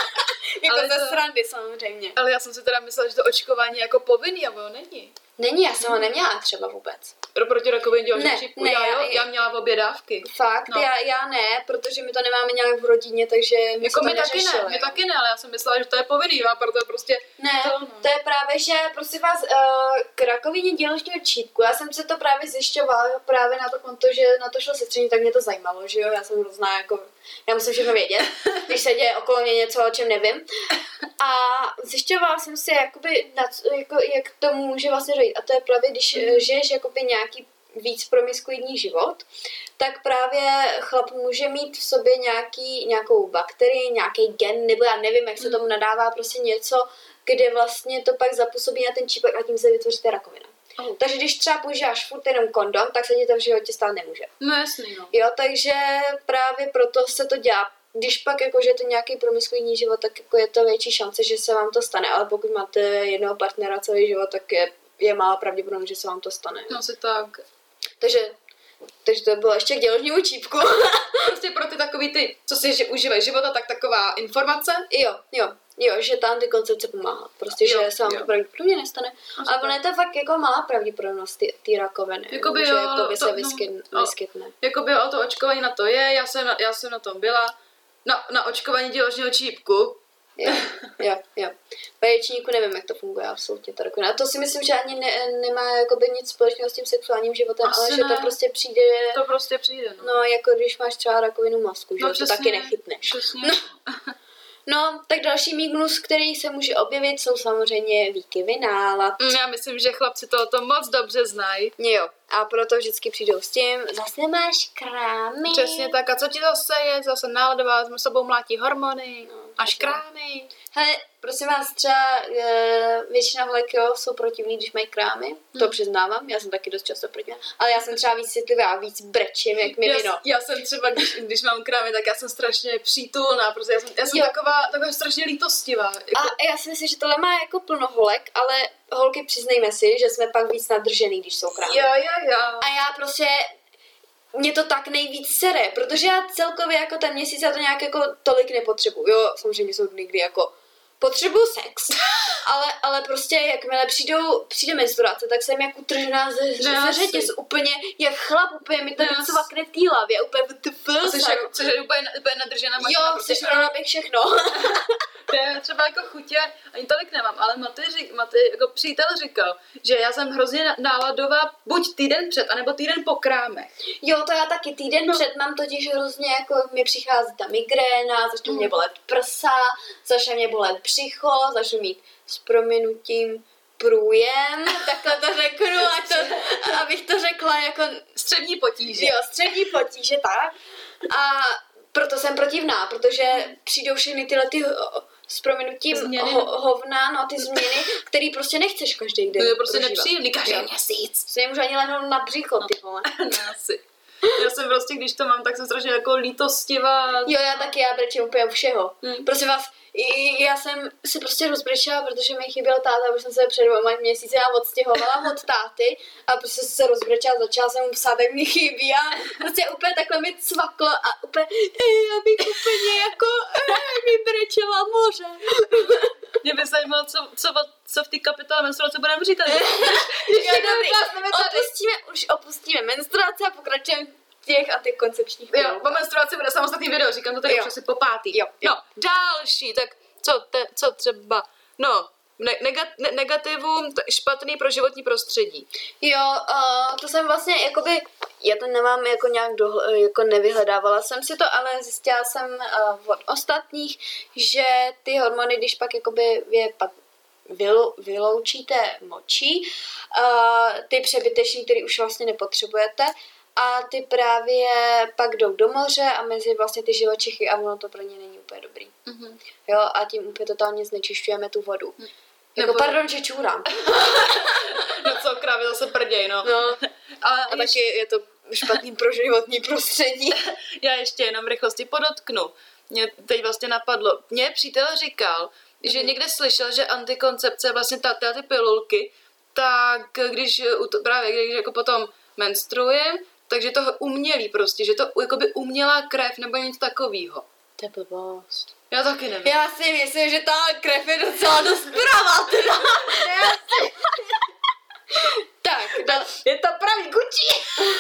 Jako ale ze to... srandy samozřejmě. Ale já jsem si teda myslela, že to očkování je jako povinný, a ono není. Není, já jsem ho neměla třeba vůbec. Proti rakovině děložního čípku? Ne, já, já, jo, já měla obě dávky. Fakt? No. Já, já ne, protože my to nemáme nějak v rodině, takže my jako to my taky ne, my taky ne, ale já jsem myslela, že to je povinný, a proto prostě... Ne, to, no. to je právě, že prosím vás, uh, k rakovině děložního čípku, já jsem se to právě zjišťovala právě na to konto, že na to šlo sestření, tak mě to zajímalo, že jo, já jsem různá jako, já musím všechno vědět, když se děje okolo mě něco, o čem nevím. A zjišťovala jsem si, jakoby, jako, jak tomu může vlastně dojít. A to je právě, když mm. žiješ jakoby nějaký víc promiskuitní život, tak právě chlap může mít v sobě nějaký, nějakou bakterii, nějaký gen, nebo já nevím, jak se tomu nadává, prostě něco, kde vlastně to pak zapůsobí na ten čípek a tím se vytvoří ta rakovina. Oh. Takže když třeba používáš furt jenom kondom, tak se ti to v životě stát nemůže. No jasný, no. Jo, takže právě proto se to dělá. Když pak jako, že je to nějaký promiskuitní život, tak jako je to větší šance, že se vám to stane, ale pokud máte jednoho partnera celý život, tak je, je málo pravděpodobné, že se vám to stane. No si tak. Takže, takže to bylo ještě k děložnímu čípku. Prostě pro ty takový ty, co si že užívají života, tak taková informace. Jo, jo, jo, že ta antikoncepce pomáhá. Prostě, jo, že se vám jo. to pravděpodobně nestane. Ale ono je to fakt jako malá pravděpodobnost té rakoviny. Jakoby že jo, jakoby to, se vyskyt, no, vyskytne. Jakoby o to očkování na to je, já jsem, já jsem na tom byla. Na, na očkování děložního čípku. Jo, jo, jo. Vaječníku nevím, jak to funguje absolutně ta rakovina. A to si myslím, že ani ne, nemá jakoby nic společného s tím sexuálním životem, asi ale ne. že to prostě přijde... To prostě přijde, no. No, jako když máš třeba rakovinu mozku, že no, to přesně, taky nechytneš. Přesně. No. No, tak další mýgnus, který se může objevit, jsou samozřejmě výkyvy nálad. Já myslím, že chlapci to moc dobře znají. Jo, a proto vždycky přijdou s tím, zase máš krámy. Přesně tak, a co ti zase je, zase náladová, s sebou mlátí hormony. No. A škrámy. Hele, prosím vás, třeba e, většina holek, jo, jsou protivní, když mají krámy. Hmm. To přiznávám, já jsem taky dost často protivná. Ale já jsem třeba víc citlivá, víc brečím, jak mi vino. Já, já jsem třeba, když, když mám krámy, tak já jsem strašně přítulná, protože já jsem, já jsem taková, taková strašně lítostivá. Jako... A já si myslím, že tohle má jako plno holek, ale holky, přiznejme si, že jsme pak víc nadržený, když jsou krámy. Jo, jo, jo. A já prostě... Mě to tak nejvíc sere, protože já celkově jako ten měsíc já to nějak jako tolik nepotřebuju. Jo, samozřejmě jsou dny, kdy jako potřebuju sex, ale, ale prostě jakmile přijdou, přijde menstruace, tak jsem jako utržená ze, ze řetěz úplně, jak chlap, úplně mi to vycvakne v té hlavě, úplně v té Jsi jako, což je úplně, úplně nadržená mašina. Jo, prostě jsi rovná bych všechno. To je třeba jako chutě, ani tolik nemám, ale Maty, řík, Maty jako přítel říkal, že já jsem hrozně náladová buď týden před, anebo týden po krámech. Jo, to já taky týden no. před mám totiž hrozně, jako mi přichází ta migréna, začne mm. mě bolet prsa, začne mě bolet břicho, začnu mít s prominutím průjem, takhle to řeknu, a to, abych to řekla jako... Střední potíže. Jo, střední potíže, tak. A proto jsem protivná, protože přijdou všechny tyhle ty... s prominutím ho, hovna, no ty změny, který prostě nechceš každý den. To je prostě nepříjemný každý měsíc. Si nemůžu ani lehnout na břicho, ty vole. No, asi. Já jsem prostě, když to mám, tak jsem strašně jako lítostivá. Jo, já taky, já brečím úplně u všeho. Hmm. Prosím vás, já jsem si prostě rozbrečela, protože mi chyběl táta, protože jsem se před dvěma měsíci já odstěhovala od táty a prostě jsem se rozbrečela, začala jsem mu psát, jak mi chybí a prostě úplně takhle mi cvaklo a úplně, já bych úplně jako, mi brečela moře. Mě by zajímalo, co, co, co v té kapitole menstruace budeme říkat. Opustíme, už opustíme menstruace a pokračujeme těch antikoncepčních pilul. Jo, po menstruaci bude samostatný video, říkám to tady už asi po pátý. Jo, jo. No, další, tak co, te, co třeba, no, ne, negat, ne, negativum, špatný pro životní prostředí. Jo, uh, to jsem vlastně, jakoby, já to nemám jako nějak do, jako nevyhledávala jsem si to, ale zjistila jsem uh, od ostatních, že ty hormony, když pak jakoby je pak vyl, vyloučíte močí, uh, ty přebyteční, který už vlastně nepotřebujete, a ty právě pak jdou do moře a mezi vlastně ty živočichy a ono to pro ně není úplně dobrý. Mm-hmm. Jo, a tím úplně totálně znečišťujeme tu vodu. Mm. Jako, Nebo... pardon, že čůrám. No co, krávy zase prděj, no. no. A, a taky je to špatný pro životní prostředí. Já ještě jenom v rychlosti podotknu. Mě teď vlastně napadlo. Mě přítel říkal, mm-hmm. že někde slyšel, že antikoncepce, vlastně ta, ty pilulky, tak když právě když jako potom menstruujem, takže to umělý prostě, že to jakoby umělá krev nebo něco takového. To je blbost. Já taky nevím. Já si myslím, že ta krev je docela dost pravá, teda. Tak, dal... je to pravý Gucci.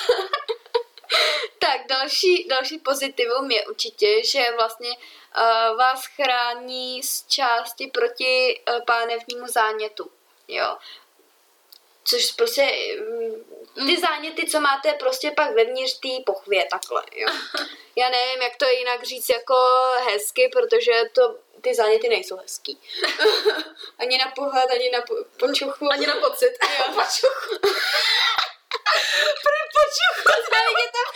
Tak, další, další pozitivum je určitě, že vlastně uh, vás chrání z části proti uh, pánevnímu zánětu. Jo. Což prostě ty záněty, co máte prostě pak vevnitř té pochvě, takhle, jo. Já nevím, jak to jinak říct jako hezky, protože to, ty záněty nejsou hezký. Ani na pohled, ani na po, počuchu. Ani na pocit. Jo. Počuchu. Pro počuchu. Závidě tam.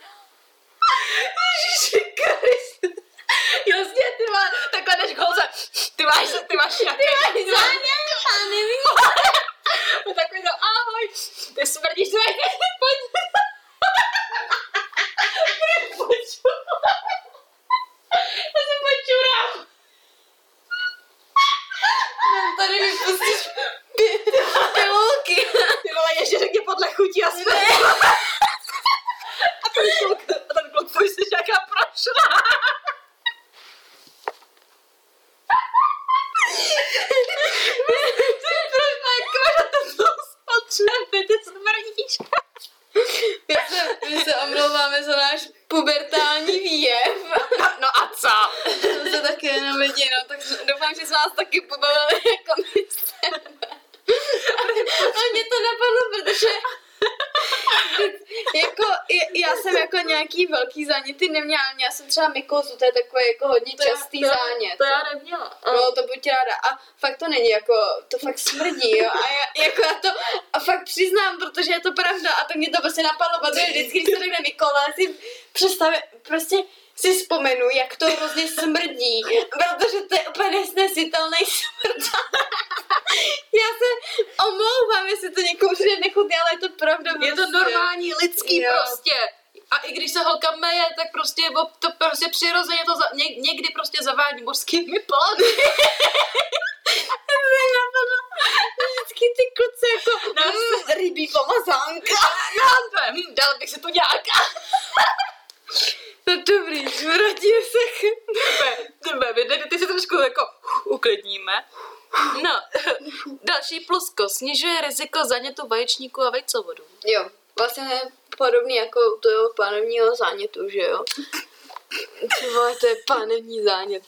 Ježiši Krist. Jasně, ty máš, takhle jdeš k holce. Ty máš, ty máš nějaké. Ty máš záněty, já nevím. Takový to, ahoj, ty smrdíš, tvoje, pojď. Poču. Já se počurám. No, tady mi pustíš pilulky. Ty vole, ještě řekni podle chutí a smrdí. A ten kluk, a ten kluk, pojď si jaká prošla. Ty smrdíš. My se omlouváme za náš pubertální výjev. No a co? To se taky jenom vidí, no, tak doufám, že jsme vás taky pobavili jako my sebe. A mě to napadlo, protože jako, já jsem jako nějaký velký záněty neměla, já jsem třeba mykozu, to je takový jako hodně to častý já, zánět. To já neměla. No, to buď ráda. A fakt to není jako, to fakt smrdí, jo. A já, jako já to a fakt přiznám, protože je to pravda a tak mě to prostě napadlo, protože vždycky, když se řekne Mikola, si představím, prostě si vzpomenu, jak to hrozně smrdí, protože to je úplně nesnesitelný smrd. Já se omlouvám, jestli to někomu přijde nechutně, ale je to pravda. Je to normální, lidský jo. prostě. A i když se holka meje, tak prostě to prostě přirozeně to za, ně, někdy prostě zavádí mořskými plody. Vždycky ty kluci jako mm, rybí pomazánka. No, hm, dal bych se tu nějaká. No dobrý, vrátíme se. Tebe, ty se trošku jako uklidníme. No, další plusko. Snižuje riziko zánětu vaječníku a vejcovodů. Jo, vlastně podobný jako u toho pánevního zánětu, že jo? Třeba to je pánevní zánět.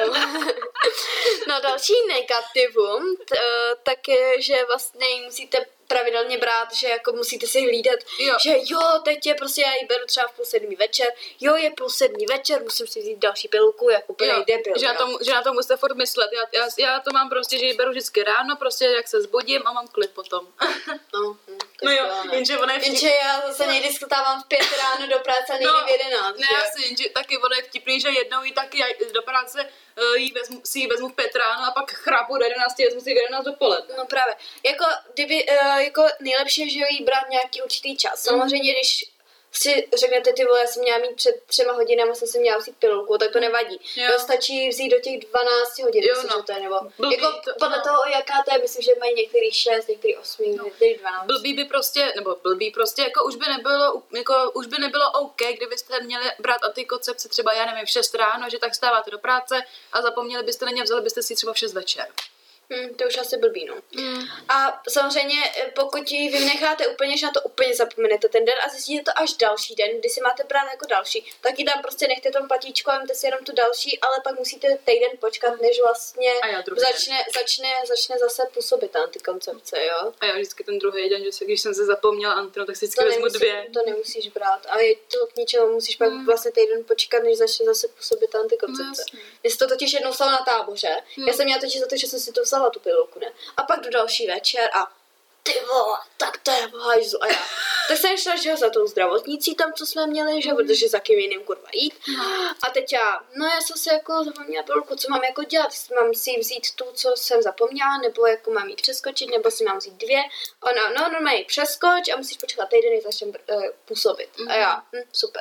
No další negativum t, tak je, že vlastně musíte pravidelně brát, že jako musíte si hlídat, jo. že jo, teď je prostě, já ji beru třeba v půl sedmý večer, jo, je půl sedmý večer, musím si vzít další pilulku, jako plnej debil. Že, to, že na to musíte furt myslet, já, já, já to mám prostě, že ji beru vždycky ráno, prostě jak se zbudím a mám klid potom. No, hm, no jo, jenže ona je vtipný. Jenže já zase někdy skutávám v pět ráno do práce a někdy no, v jedenáct. Ne, asi, jenže taky ona je vtipný, že jednou jí taky do práce jí vezmu, si ji vezmu v pět ráno a pak chrápu do jedenácti, vezmu si v jedenáct dopoledne. No právě. Jako, kdyby, uh, jako nejlepší je, že jo, jí brát nějaký určitý čas. Samozřejmě, když si řeknete, ty vole, já jsem měla mít před třema hodinami, jsem si měla vzít pilulku, tak to nevadí. Jo. Jo, stačí vzít do těch dvanácti hodin, jo, myslím, no. že to je, nebo blbý, jako to, podle no. toho, jaká to je, myslím, že mají některý šest, některý osm, no. některý dvanáct. Blbý by prostě, nebo blbý prostě, jako už by nebylo, jako už by nebylo OK, kdybyste měli brát antikoncepci třeba, já nevím, v šest ráno, že tak stáváte do práce a zapomněli byste na ně, vzali byste si třeba v šest večer. Hmm, to už asi blbý, no. Hmm. A samozřejmě, pokud ji vynecháte úplně, že na to úplně zapomenete ten den a zjistíte to až další den, kdy si máte brát jako další, tak ji tam prostě nechte tom patíčku a máte si jenom tu další, ale pak musíte týden počkat, než vlastně začne, začne, začne zase působit ta antikoncepce, jo. A já vždycky ten druhý den, že když jsem se zapomněla antino, tak si vždycky to vezmu nemusí, dvě. To nemusíš brát, ale je to k ničemu, musíš pak hmm. vlastně týden počkat, než začne zase působit ta antikoncepce. No, Mně se to totiž jednou stalo na táboře, hmm. já jsem měla totiž za to, že jsem si to vzala tu pilulku, ne? A pak do další večer a ty vole, tak to je v hajzlu a já. Tak jsem šla, že za tou zdravotnicí tam, co jsme měli, že, protože za kým jiným kurva jít. A teď já, no já jsem si jako zapomněla pilulku, co mám jako dělat, mám si vzít tu, co jsem zapomněla, nebo jako mám jí přeskočit, nebo si mám vzít dvě. Ona, no normálně přeskoč a musíš počkat týden, než začne uh, působit. A já, hm, super.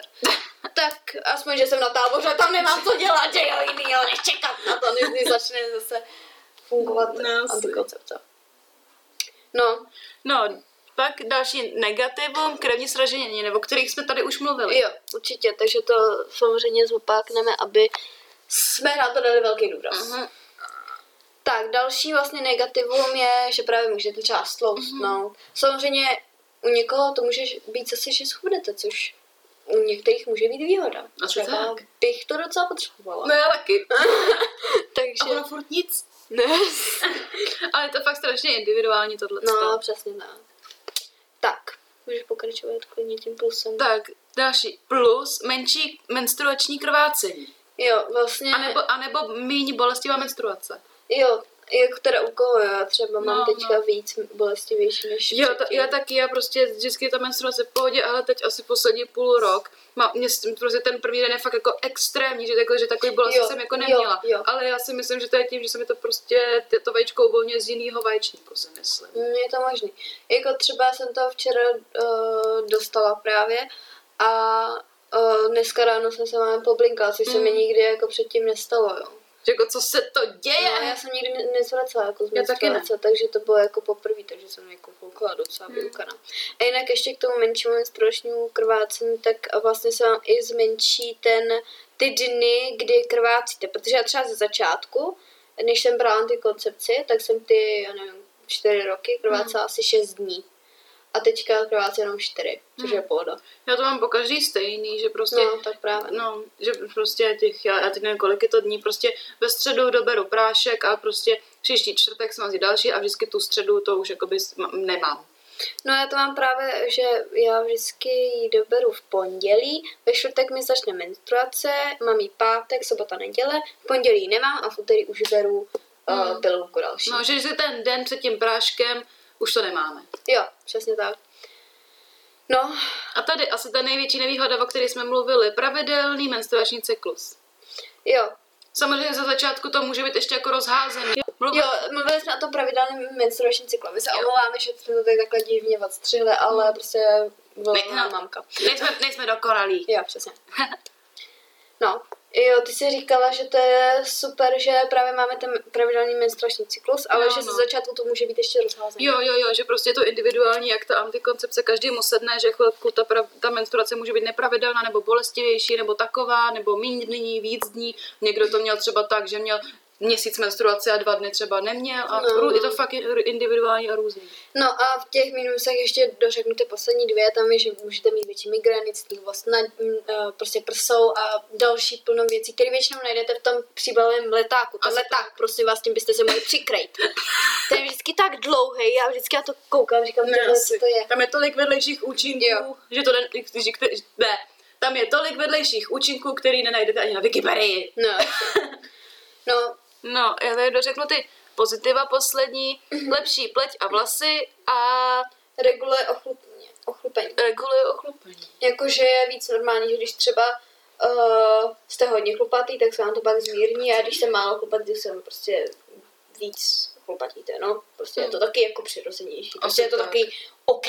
Tak aspoň, že jsem na táboře, tam nemám co dělat, že jo, jinýho, než čekat na to, než začne zase fungovat no, antikoncepce. No. No, pak další negativum, krevní sraženiny, nebo kterých jsme tady už mluvili. Jo, určitě, takže to samozřejmě zopakneme, aby jsme na to dali velký důraz. Uh-huh. Tak, další vlastně negativum je, že právě můžete třeba stloustnout. Uh-huh. Samozřejmě u někoho to může být zase, že schudnete, což u některých může být výhoda. A co tak? Bych to docela potřebovala. No já taky. Takže... A ono furt nic. Ne. Ale je to fakt strašně individuální tohle. No, přesně tak. Tak, můžeš pokračovat klidně tím plusem. Tak, další plus, menší menstruační krvácení. Jo, vlastně. A nebo, a nebo méně bolestivá menstruace. Jo, jako teda u koho, já třeba mám no, teďka no. víc bolestivější než Jo, ta, já taky, já prostě vždycky ta menstruace v pohodě, ale teď asi poslední půl rok, má, mě, prostě ten první den je fakt jako extrémní, že, jako, že takový bolest jsem jako neměla. Jo, jo. Ale já si myslím, že to je tím, že se mi to prostě, to vajíčko uvolňuje z jiného vaječníku, si myslím. Mm, je to možný. Jako třeba jsem to včera uh, dostala právě a uh, dneska ráno jsem se máme poblinkala, což mm. se mi nikdy jako předtím nestalo, jo. Jako co se to děje? No, já jsem nikdy nezvracela jako z menstruace, takže to bylo jako poprvé, takže jsem jako koukala docela hmm. vyukaná. A jinak ještě k tomu menšímu menstruačnímu krvácení, tak vlastně se vám i zmenší ten, ty dny, kdy krvácíte, protože já třeba ze začátku, než jsem brala antikoncepci, tak jsem ty, já nevím, čtyři roky krvácela hmm. asi šest dní. A teďka krvácí jenom čtyři, což hmm. je pohoda. Já to mám po každý stejný, že prostě... No, tak právě. No, že prostě těch, já, já teď nevím, kolik je to dní, prostě ve středu doberu prášek a prostě příští čtvrtek jsem vzít další a vždycky tu středu to už jakoby nemám. No já to mám právě, že já vždycky ji doberu v pondělí, ve čtvrtek mi začne menstruace, mám jí pátek, sobota, neděle, v pondělí nemám a v úterý už beru hmm. uh, pilulku další. No, že ten den před tím práškem už to nemáme. Jo, přesně tak. No. A tady asi ta největší nevýhoda, o které jsme mluvili, pravidelný menstruační cyklus. Jo. Samozřejmě za začátku to může být ještě jako rozházený. Mluv... Jo, mluvili jsme o tom pravidelném menstruačním cyklu. My se omlouváme, že jsme to tak takhle divně odstřihli, ale prostě byla no, mamka. Nejsme, nejsme dokonalí. Jo, přesně. No, jo, ty jsi říkala, že to je super, že právě máme ten pravidelný menstruační cyklus, ale jo, že no. ze začátku to může být ještě rozházený. Jo, jo, jo, že prostě je to individuální, jak ta antikoncepce každému sedne, že chvilku ta, pra, ta menstruace může být nepravidelná, nebo bolestivější, nebo taková, nebo méně dní, víc dní. Někdo to měl třeba tak, že měl měsíc menstruace a dva dny třeba neměl a no. Je to fakt individuální a různý. No a v těch minusech ještě dořeknu ty poslední dvě, tam je, že můžete mít větší migrény, ctlivost na prostě prsou a další plno věcí, které většinou najdete v tom příbalovém letáku. Ten leták, prosím vás, tím byste se mohli přikrejt. Ten je vždycky tak dlouhý, já vždycky na to koukám, říkám, ne, co to je. Tam je tolik vedlejších účinků, jo. že to ne, ne, tam je tolik vedlejších účinků, který nenajdete ani na Wikipedii. No, no. No, já tady dořeknu ty pozitiva poslední, lepší pleť a vlasy a... Reguluje ochlupení. ochlupení. Reguluje ochlupení. Jakože je víc normální, že když třeba uh, jste hodně chlupatý, tak se vám to pak zmírní a když jste málo chlupatý, tak se vám prostě víc chlupatíte, no. Prostě hmm. je to taky jako přirozenější. Prostě je to tak. Taky OK.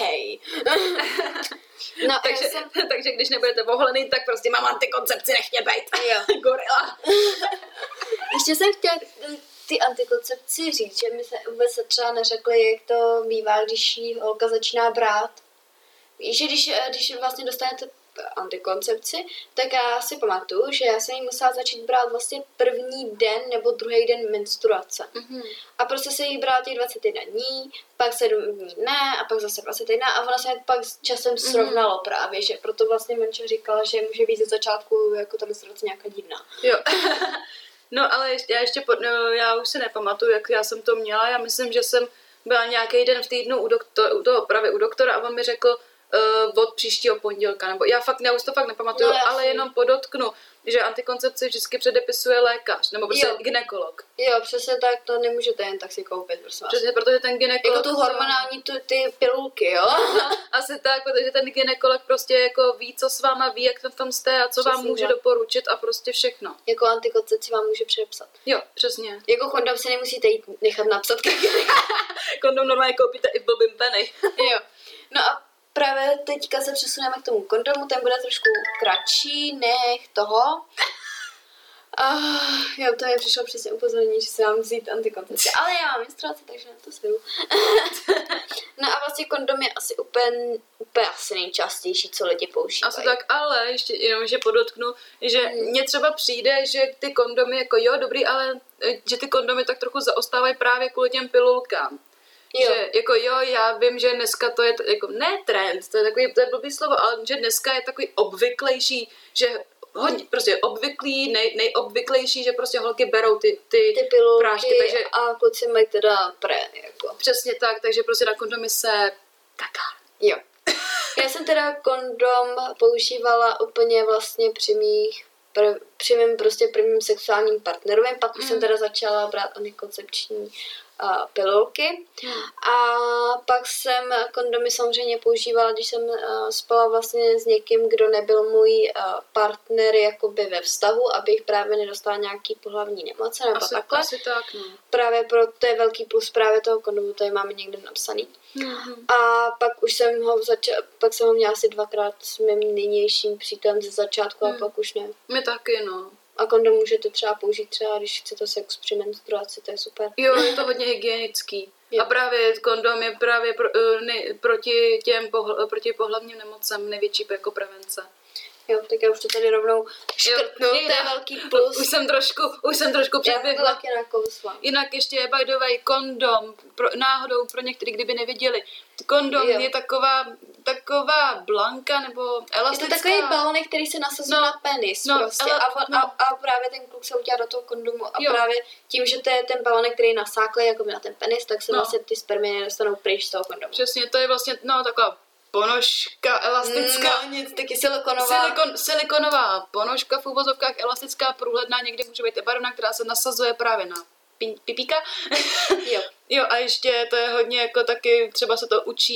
No, takže, jsem... takže když nebudete oholený, tak prostě mám antikoncepci, nechtě bejt. Jo. Gorila. Ještě jsem chtěla ty antikoncepci říct, že my se vůbec třeba neřekli, jak to bývá, když jí holka začíná brát. Víš, že když, když vlastně dostanete antikoncepci, tak já si pamatuju, že já jsem jí musela začít brát vlastně první den nebo druhý den menstruace. Mm-hmm. A prostě se jí brala těch dvacet jedna dní, pak sedm dní ne, a pak zase dvacet jedna a ona se pak s časem srovnalo mm-hmm. právě, že proto vlastně manžel říkala, že může být ze začátku jako ta menstruace nějaká divná. Jo. No ale ještě, já ještě, pod, no, já už si nepamatuju, jak já jsem to měla, já myslím, že jsem byla nějaký den v týdnu u, doktor, u toho právě u doktora a on mi řekl, Uh, od příštího pondělka, nebo já fakt, já už to fakt nepamatuju, no, ale jenom podotknu, že antikoncepci vždycky předepisuje lékař, nebo prostě jo. gynekolog. Jo, přesně tak, to nemůžete jen tak si koupit, prosím vás. Přesně, protože ten gynekolog... Jako tu hormonální, tu, ty pilulky, jo? Asi tak, protože ten gynekolog prostě jako ví, co s váma ví, jak to tam jste a co přesně vám může tak. doporučit a prostě všechno. Jako antikoncepci vám může předepsat. Jo, přesně. Jako kondom si nemusíte jít nechat napsat. Kondom normálně koupíte i v blbým penny. Jo. No a právě teďka se přesuneme k tomu kondomu, ten bude trošku kratší, nech toho. Uh, jo, to mi přišlo přesně upozornění, že se mám vzít antikoncepci. Ale já mám menstruaci, takže na to svěru. No a vlastně kondom je asi úplně, úplně asi nejčastější, co lidi používají. Asi tak, ale ještě jenom, že podotknu, že hmm. mně třeba přijde, že ty kondomy jako jo, dobrý, ale že ty kondomy tak trochu zaostávají právě kvůli těm pilulkám. Jo. Že jako jo, já vím, že dneska to je t- jako ne trend, to je takový, to je blbý slovo, ale že dneska je takový obvyklejší, že hodně, prostě obvyklý, nej, nejobvyklejší, že prostě holky berou ty, ty, ty pilulky prášky, takže a kluci mají teda pre, jako. Přesně tak, takže prostě na kondomy se kaká. Jo. Já jsem teda kondom používala úplně vlastně při mých Pr- při mém prostě prvním sexuálním partnerovém, pak už mm. jsem teda začala brát antikoncepční uh, pilulky mm. a pak jsem kondomy samozřejmě používala, když jsem uh, spala vlastně s někým, kdo nebyl můj uh, partner jakoby ve vztahu, abych právě nedostala nějaký pohlavní nemoce nebo asi, takhle. Asi tak, no. Právě pro to je velký plus právě toho kondomu, tady máme někde napsaný. Mm. A pak už jsem ho začala, pak jsem ho měla asi dvakrát s mým nynějším přítelem ze začátku mm. a pak už ne. My taky, no. A kondom můžete třeba použít třeba, když chcete sex při menstruaci, to je super. Jo, je to hodně hygienický. Jo. A právě kondom je právě pro, ne, proti těm pohl, proti pohlavním nemocem největší jako prevence. Jo, tak já už to tady rovnou škrtnu, to je velký plus. Už jsem trošku, už jsem trošku předběhla. Jinak ještě je by the way kondom, pro, náhodou pro některý, kdyby neviděli. Kondom jo. je taková, taková blanka nebo elastická. Je to takový balonek, který se nasazuje no, na penis no, prostě. Ele, a, no. a, a právě ten kluk se udělá do toho kondomu a jo. právě tím, že to je ten balonek, který nasáklý jako na ten penis, tak se no. vlastně ty spermie nedostanou pryč z toho kondomu. Přesně, to je vlastně no taková ponožka elastická. No, nic, taky silikonová. Silikon, silikonová ponožka v uvozovkách, elastická, průhledná, někdy může být i barevná, která se nasazuje právě na pipíka. Jo. Jo, a ještě to je hodně jako taky, třeba se to učí,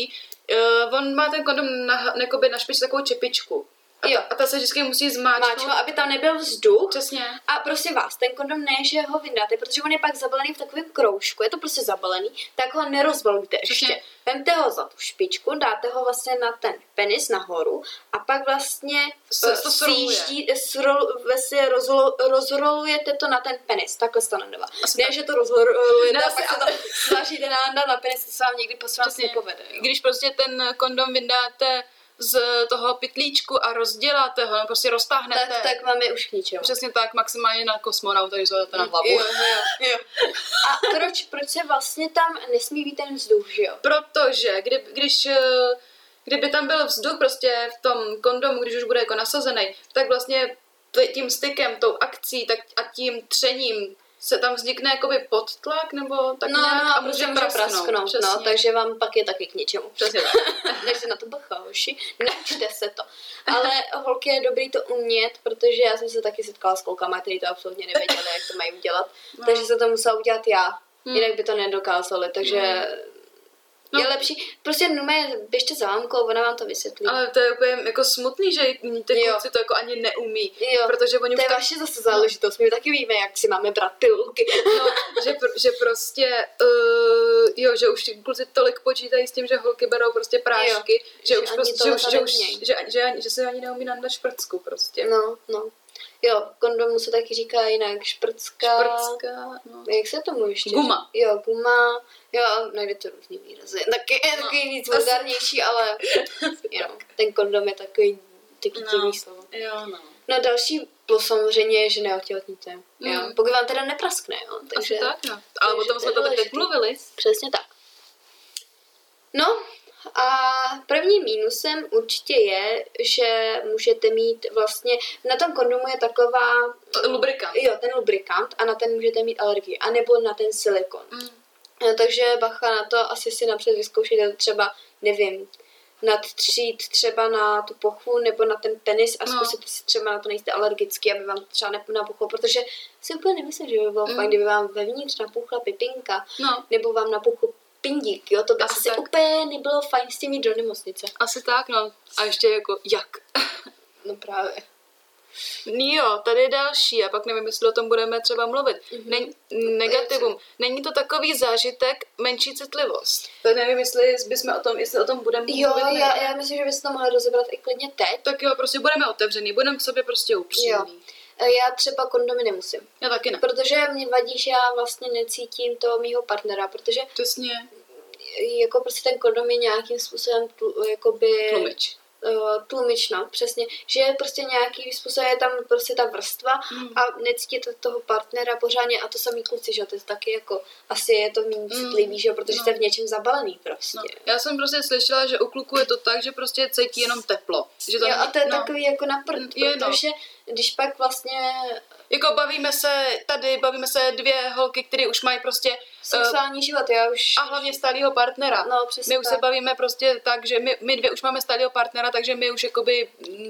uh, on má ten kondom na, na, na špičce takovou čepičku. A ta, a ta se vždycky musí zmáčknout. Máčknout, aby tam nebyl vzduch. Přesně. A prosím vás, ten kondom ne, že ho vyndáte, protože on je pak zabalený v takovém kroužku, je to prostě zabalený, tak ho nerozbalujte ještě. Vemte ho za tu špičku, dáte ho vlastně na ten penis nahoru a pak vlastně sjíždí, vlastně rozlo, rozrolujete to na ten penis, takhle se to nadává. Ne, že to rozrolujete ne, a pak se to snažíte dát na penis, to se vám někdy posledně vlastně nepovede. Jo. Když prostě ten kondom vydáte z toho pytlíčku a rozděláte ho, no prostě roztáhnete. Tak, tak vám je už k ničemu. Přesně tak, maximálně na kosmonauta, když to na hlavu. Jo, jo, jo. A proč, proč se vlastně tam nesmí být ten vzduch, že jo? Protože kdy, když, kdyby tam byl vzduch prostě v tom kondomu, když už bude jako nasazený, tak vlastně tím stykem, tou akcí tak a tím třením se tam vznikne jakoby podtlak, nebo tak no, nějak no, a může prasknout. prasknout no, takže vám pak je taky k ničemu. Přesně tak. Takže na to bacha, hoši. Neučte se to. Ale holky je dobrý to umět, protože já jsem se taky setkala s klukama, kteří to absolutně nevěděli, jak to mají udělat. No. Takže se to musela udělat já. Hmm. Jinak by to nedokázali, takže... Hmm. No. Je lepší, prostě nume, běžte za mámkou, ona vám to vysvětlí. Ale to je úplně jako smutný, že ty kluci to jako ani neumí. Jo. Protože oni to je tak... vaše zase záležitost, my taky víme, jak si máme brát pilulky. No, že, pr- že prostě, uh, jo, že už kluci tolik počítají s tím, že holky berou prostě prášky, jo. že, že už prostě, že, už, že, už, že, že, že se ani neumí nandat šprcku prostě. No, no. Jo, kondomu se taky říká jinak, šprcka. Šprcka, no. Jak se tomu ještě? Guma. Jo, guma. Jo, najdete různý výrazy. Taky je no. takový víc vulgárnější, ale jo, ten kondom je takový taky no. divný slovo. Jo, no. No další plus samozřejmě je, že neotěhotníte. Mm. Jo. Pokud vám teda nepraskne, jo. Takže, asi tak, no. Ale o tom jsme to teď mluvili. Přesně tak. No, a prvním mínusem určitě je, že můžete mít vlastně, na tom kondomu je taková... Lubrikant. Jo, ten lubrikant a na ten můžete mít alergii, anebo na ten silikon. Mm. No, takže bacha na to, asi si napřed vyzkoušejte třeba, nevím, nadtřít třeba na tu pochvu nebo na ten penis a zkusit no. si třeba na to nejste alergický, aby vám to třeba napuchlo, protože si úplně nemyslím, že by bylo mm. fajn, kdyby vám vevnitř napuchla pipinka, no. nebo vám napuchl pindík, jo, to by asi, asi úplně nebylo fajn s tím jít do nemocnice. Asi tak, no. A ještě jako jak? No právě. Jo, tady je další a pak nevím, jestli o tom budeme třeba mluvit. Mm-hmm. Ne- negativum. Není to takový zážitek, menší citlivost. Tak nevím, jestli bychom o tom, jestli o tom budeme jo, mluvit. Jo, já, já myslím, že bychom to mohli rozebrat i klidně teď. Tak jo, prostě budeme otevřený, budeme k sobě prostě upřímní. Jo. Já třeba kondomy nemusím. Já taky ne. Protože mě vadí, že já vlastně necítím toho mýho partnera, protože přesně. Jako prostě ten kondom je nějakým způsobem tl, jakoby... Tlumič. Uh, tlumič, no, přesně, že je prostě nějaký způsob, je tam prostě ta vrstva mm. a necítíte toho partnera pořádně a to samý kluci, že to je taky jako, asi je to méně citlivý, že protože no. jste v něčem zabalený prostě. No. Já jsem prostě slyšela, že u kluků je to tak, že prostě cítí jenom teplo. Že jo, není, a to je no. takový jako na prd, protože no. když pak vlastně... Jako bavíme se tady, bavíme se dvě holky, které už mají prostě... Sexuální uh, život, já už... A hlavně stálýho partnera. No, přesně my už tak. se bavíme prostě tak, že my, my dvě už máme stálýho partnera, takže my už jakoby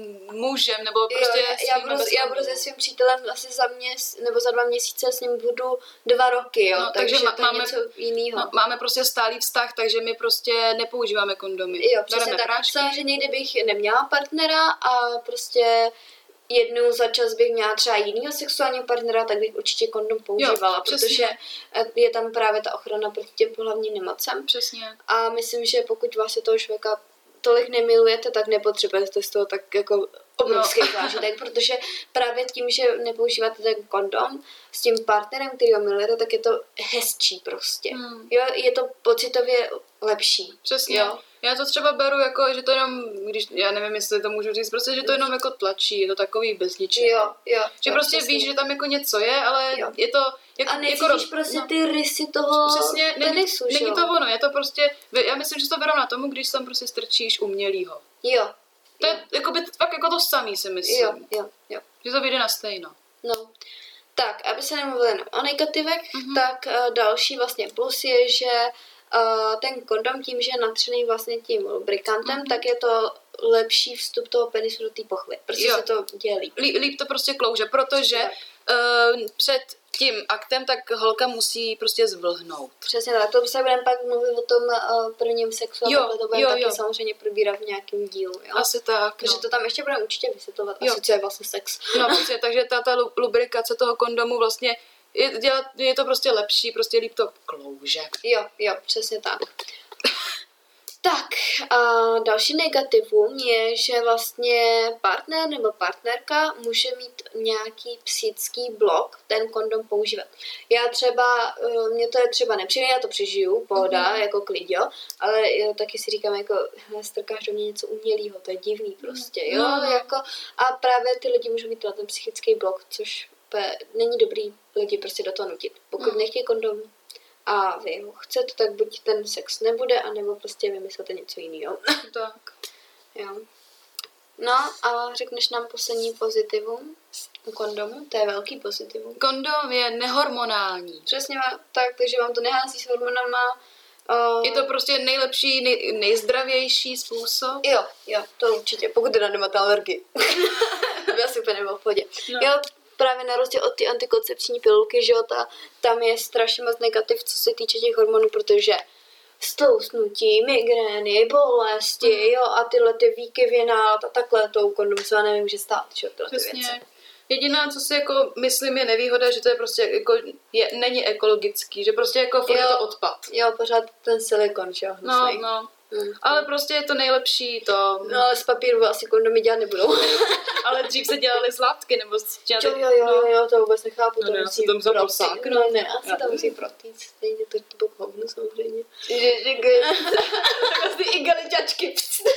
můžem, nebo prostě... Jo, já, já, budu, já budu se svým přítelem asi za měs, nebo za dva měsíce, s ním budu dva roky, jo, no, takže, takže má, to máme, něco jiného. No, máme prostě stálý vztah, takže my prostě nepoužíváme kondomy. Jo, přesně tak. Samozřejmě, kdybych neměla partnera a prostě... jednou za čas bych měla třeba jinýho sexuálního partnera, tak bych určitě kondom používala, jo, protože je tam právě ta ochrana proti těm pohlavním nemocem. Přesně. A myslím, že pokud vás se toho člověka tolik nemilujete, tak nepotřebujete z toho tak jako obrovský no. zážitek, protože právě tím, že nepoužíváte ten kondom s tím partnerem, který ho milujete, tak je to hezčí prostě. Hmm. Jo, je to pocitově lepší. Přesně. Jo. Já to třeba beru jako, že to jenom, když, já nevím, jestli to můžu říct, prostě, že to jenom jako tlačí, je to takový bez ničeho. Jo, jo. Že jo, prostě přesně. víš, že tam jako něco je, ale jo. je to jako... A necítíš jako, prostě no, ty rysy toho přesně, penisu, není, není to ono, je to prostě, já myslím, že to berou na tomu, když tam prostě strčíš umělýho. Jo. To je jako by fakt jako to samý, si myslím. Jo, jo, jo. Že to vyjde na stejno. No. Tak, aby se nemluvili jenom o negativech, mm-hmm. tak uh, další vlastně plus je, že uh, ten kondom tím, že je natřený vlastně tím lubrikantem, mm-hmm. tak je to lepší vstup toho penisu do té pochvy. Prostě jo. se to děje líp. Líp, líp to prostě klouže, protože uh, před tím aktem, tak holka musí prostě zvlhnout. Přesně tak, to se budeme pak mluvit o tom uh, prvním sexu, Jo, a takhle to budeme jo, taky jo. samozřejmě probírat v nějakém dílu, jo? Asi tak, Takže no. to tam ještě budeme určitě vysvětlovat, Jo. asi co je vlastně sex. No přesně, takže ta, ta lu- lubrikace toho kondomu vlastně je, dělat, je to prostě lepší, prostě líp to klouže. Jo, jo, přesně tak. Tak, a další negativum je, že vlastně partner nebo partnerka může mít nějaký psychický blok ten kondom používat. Já třeba, eh, mně to je třeba nepříjemné, já to přežiju, pohoda, mm-hmm. jako klid, jo, ale já taky si říkám, jako, hele, strkáš do mě něco umělého, to je divný prostě, jo, No. jako, a právě ty lidi můžou mít na ten psychický blok, což pe, není dobrý lidi prostě do toho nutit. Pokud Mm. nechtějí kondom, a vy ho chcete, tak buď ten sex nebude, anebo prostě vymyslete něco jiného. Tak. Jo. No a řekneš nám poslední pozitivum u kondomu? To je velký pozitivum. Kondom je nehormonální. Přesně tak, takže vám to nehází s hormonama. Uh, Je to prostě nejlepší, nej, nejzdravější způsob. Jo, jo, to určitě, pokud teda nemáte alergii. To by asi úplně nebylo v pohodě. No. Jo, právě na rozdíl od ty antikoncepční pilulky, že jo, ta, tam je strašně moc negativ, co se týče těch hormonů, protože stlousnutí, migrény, bolesti, Mm. jo, a tyhle ty výkyvy nálad a takhle to u kondomu se nevím, že stát, že jo, tyhle ty Přesně. věci. Jediná, co si jako myslím, je nevýhoda, že to je prostě jako, je, není ekologický, že prostě jako furt je Jo. to odpad. Jo, pořád ten silikon, že jo, No, hnusnej. no. Mm. Ale prostě je to nejlepší to. No, ale z papíru asi kondomy dělat nebudou. Ale dřív se dělaly z látky, nebo z Jo, jo, jo, jo, jo, to vůbec nechápu, No to ne, musí asi to musel protít. prosáknout. No ne, asi Já to nevím. musí protít, stejně to to bylo hovno samozřejmě. Ty igeliťačky.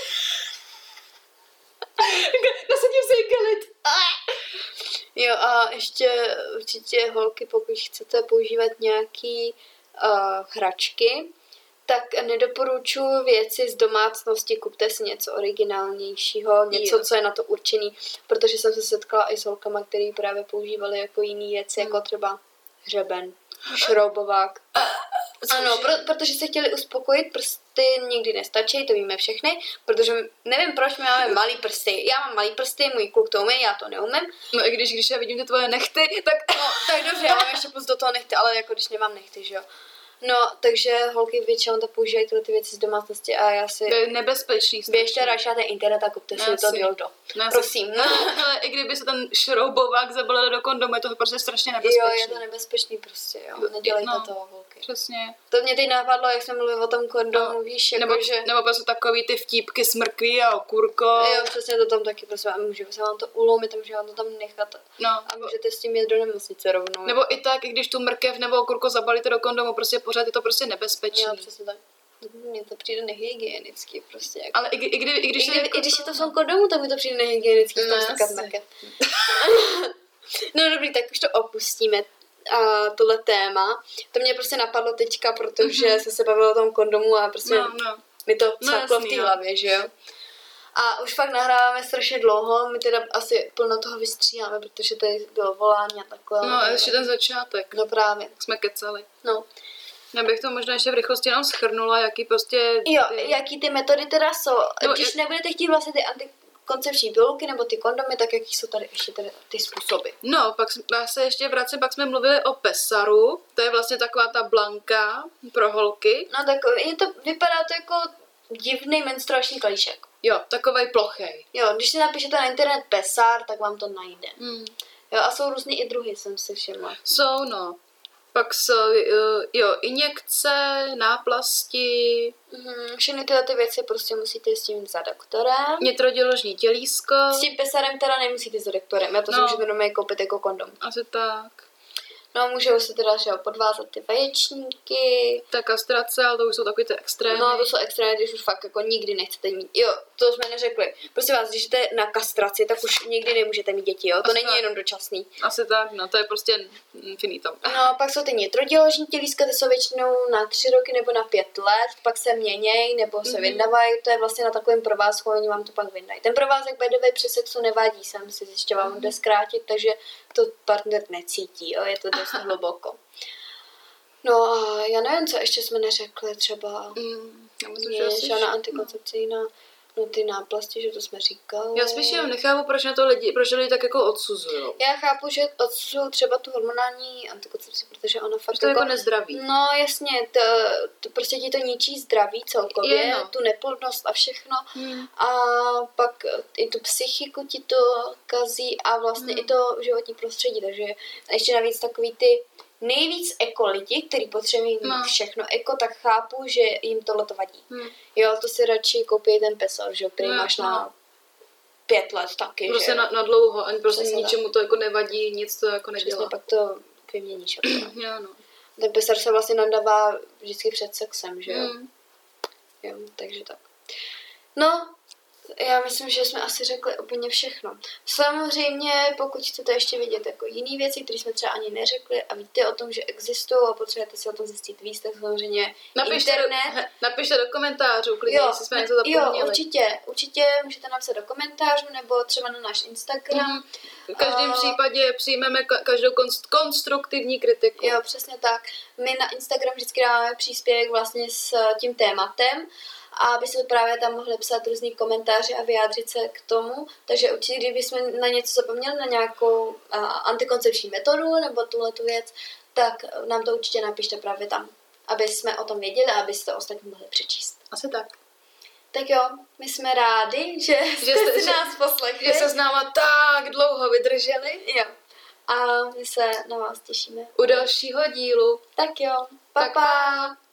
Nasadím se igelit. Jo a ještě určitě holky, pokud chcete používat nějaký uh, hračky, tak nedoporučuji věci z domácnosti, kupte si něco originálnějšího, něco, Jo. co je na to určený, protože jsem se setkala i s holkama, který právě používali jako jiný věci, Hmm. jako třeba hřeben, šroubovák. Ano, pro, protože se chtěli uspokojit, prsty nikdy nestačí, to víme všechny, protože nevím, proč my máme malý prsty. Já mám malý prsty, můj kluk to umí, já to neumím. No i když, když já vidím ty tvoje nechty, tak No, tak dobře, já mám ještě plus do toho nechty, ale jako když nemám nechty, že jo. No, takže holky většinou to používají tyhle ty věci z domácnosti a já si... to je nebezpečný. Běžte radši na ten internet a kupte si Ne, to asi. dildo. Ne, Prosím. No, ale i kdyby se ten šroubovák zabalil do kondomu, je to prostě strašně Jo, nebezpečný. je to nebezpečný prostě, jo. Nedělejte No. toho, holky. Přesně. To mě teď napadlo, jak jsem mluvila o tom kondomu, No, víš, jako Nebo, že... nebo prostě takový ty vtípky s mrkví a okurkou. Jo, přesně to tam taky, prosím, a může se vám to ulomit a může vám to tam nechat. No, A můžete s tím jít do nemocnice rovnou. nebo i tak, i když tu mrkev nebo okurku zabalíte do kondomu, prostě pořád je to prostě nebezpečný. Jo, přesně tak. Mně to přijde nehygienicky prostě. Jako. Ale i, i, kdy, i když I, se kdy, I když je to v tom kondomu, tak mi to přijde nehygienicky, No, tam strkat jasně. mrkev. No dobrý, tak už to opustíme, a tohle téma. To mě prostě napadlo teďka, protože mm-hmm. jsem se bavila o tom kondomu a prostě No, no. mi to No, cvaklo jasný, v té no. hlavě, že jo. A už fakt nahráváme strašně dlouho, my teda asi plno toho vystříháme, protože tady bylo volání a takhle. No, a ještě ten začátek. No právě, Tak jsme kecali. no. Já bych to možná ještě v rychlosti jenom schrnula, jaký prostě... Jo, ty... jaký ty metody teda jsou. No, Když je- nebudete chtít vlastně ty antikoncepční pilulky nebo ty kondomy, tak jaký jsou tady ještě tady ty způsoby? No, pak jsme- já se ještě vracím, pak jsme mluvili o pesaru, to je vlastně taková ta blanka pro holky. No tak je to, vypadá to jako divný menstruační kalíšek. Jo, takovej plochej. Jo, když si napíšete na internet pesár, tak vám to najde. Hmm. Jo, a jsou různý i druhy, jsem si všimla. Jsou, no. Pak jsou, eh, jo, injekce, náplasti, Mhm, všechny tyhle ty věci prostě musíte s tím za doktorem. nitroděložní tělísko. S tím pesarem teda nemusíte s doktorem, já to No. si můžete jenom koupit jako kondom. Asi tak. No, můžou se teda že jo, podvázat ty vaječníky. Ta kastrace, ale to už jsou takový ty extrémy. No, to jsou extrémně, když už fakt jako nikdy nechcete mít. Jo, to jsme neřekli. Prostě vás, když jste na kastraci, tak už nikdy nemůžete mít děti, jo? To Asi není tak. jenom dočasný. Asi tak, no, to je prostě mm, finito. No, pak jsou ty nitroděložní tělíska, ty jsou většinou na tři roky nebo na pět let, pak se měnějí nebo se Mhm. vyndávají, to je vlastně na takovém provázku, oni vám to pak vyndají. Ten provázek by the way při sexu nevadí, jsem si zjišťovala, Mhm. on jde zkrátit, takže to partner necítí, jo? Je to dost hluboko. No a já nevím, co ještě jsme neřekli, třeba Mm, já myslím, že je asi žádná vše- antikoncepce jiná. No ty náplasti, že to jsme říkali. Já spíš jenom nechápu, proč na to lidi, proč lidi tak jako odsuzují. Já chápu, že odsuzují třeba tu hormonální antikoncepci, protože ona fakt to jako, jako nezdravý. No jasně, to, to prostě ti to ničí zdraví celkově, Je, no. tu neplodnost a všechno. Hmm. A pak i tu psychiku ti to kazí a vlastně hmm. i to životní prostředí, takže ještě navíc takový ty nejvíc eko lidi, kteří potřebují mít no. všechno eko, tak chápu, že jim tohle to vadí. Hmm. Jo, to si radši koupí ten pesor, že, který no, máš na no. pět let taky, prostě že na, na dlouho, ani prostě Přesně ničemu tak. To jako nevadí, nic to jako nedělá. Přesně, pak to vyměníš. Jo, no. Ten pesor se vlastně nadává vždycky před sexem, že jo. Hmm. Jo, takže tak. No, já myslím, že jsme asi řekli úplně všechno. Samozřejmě, pokud chcete ještě vidět jako jiné věci, které jsme třeba ani neřekli a víte o tom, že existují a potřebujete si o tom zjistit víc, tak samozřejmě napište internet. Do, napište do komentářů, klidně, jo, jestli jsme něco zapomněli. Jo, určitě, určitě můžete napsat do komentářů nebo třeba na náš Instagram. Mm. V každém uh, případě přijmeme ka- každou konstruktivní kritiku. Jo, přesně tak. My na Instagram vždycky dáváme příspěvek vlastně s tím tématem, a aby se právě tam mohli psát různý komentáře a vyjádřit se k tomu. Takže určitě, kdybychom na něco zapomněli, na nějakou uh, antikoncepční metodu nebo tuhletu věc, tak nám to určitě napište právě tam, aby jsme o tom věděli a abyste ostatní mohli přečíst. Asi tak. Tak jo, my jsme rádi, že, že jste si že, nás poslechli. Že se s náma tak dlouho vydrželi. Jo. A my se na vás těšíme. U dalšího dílu. Tak jo, pa, pa.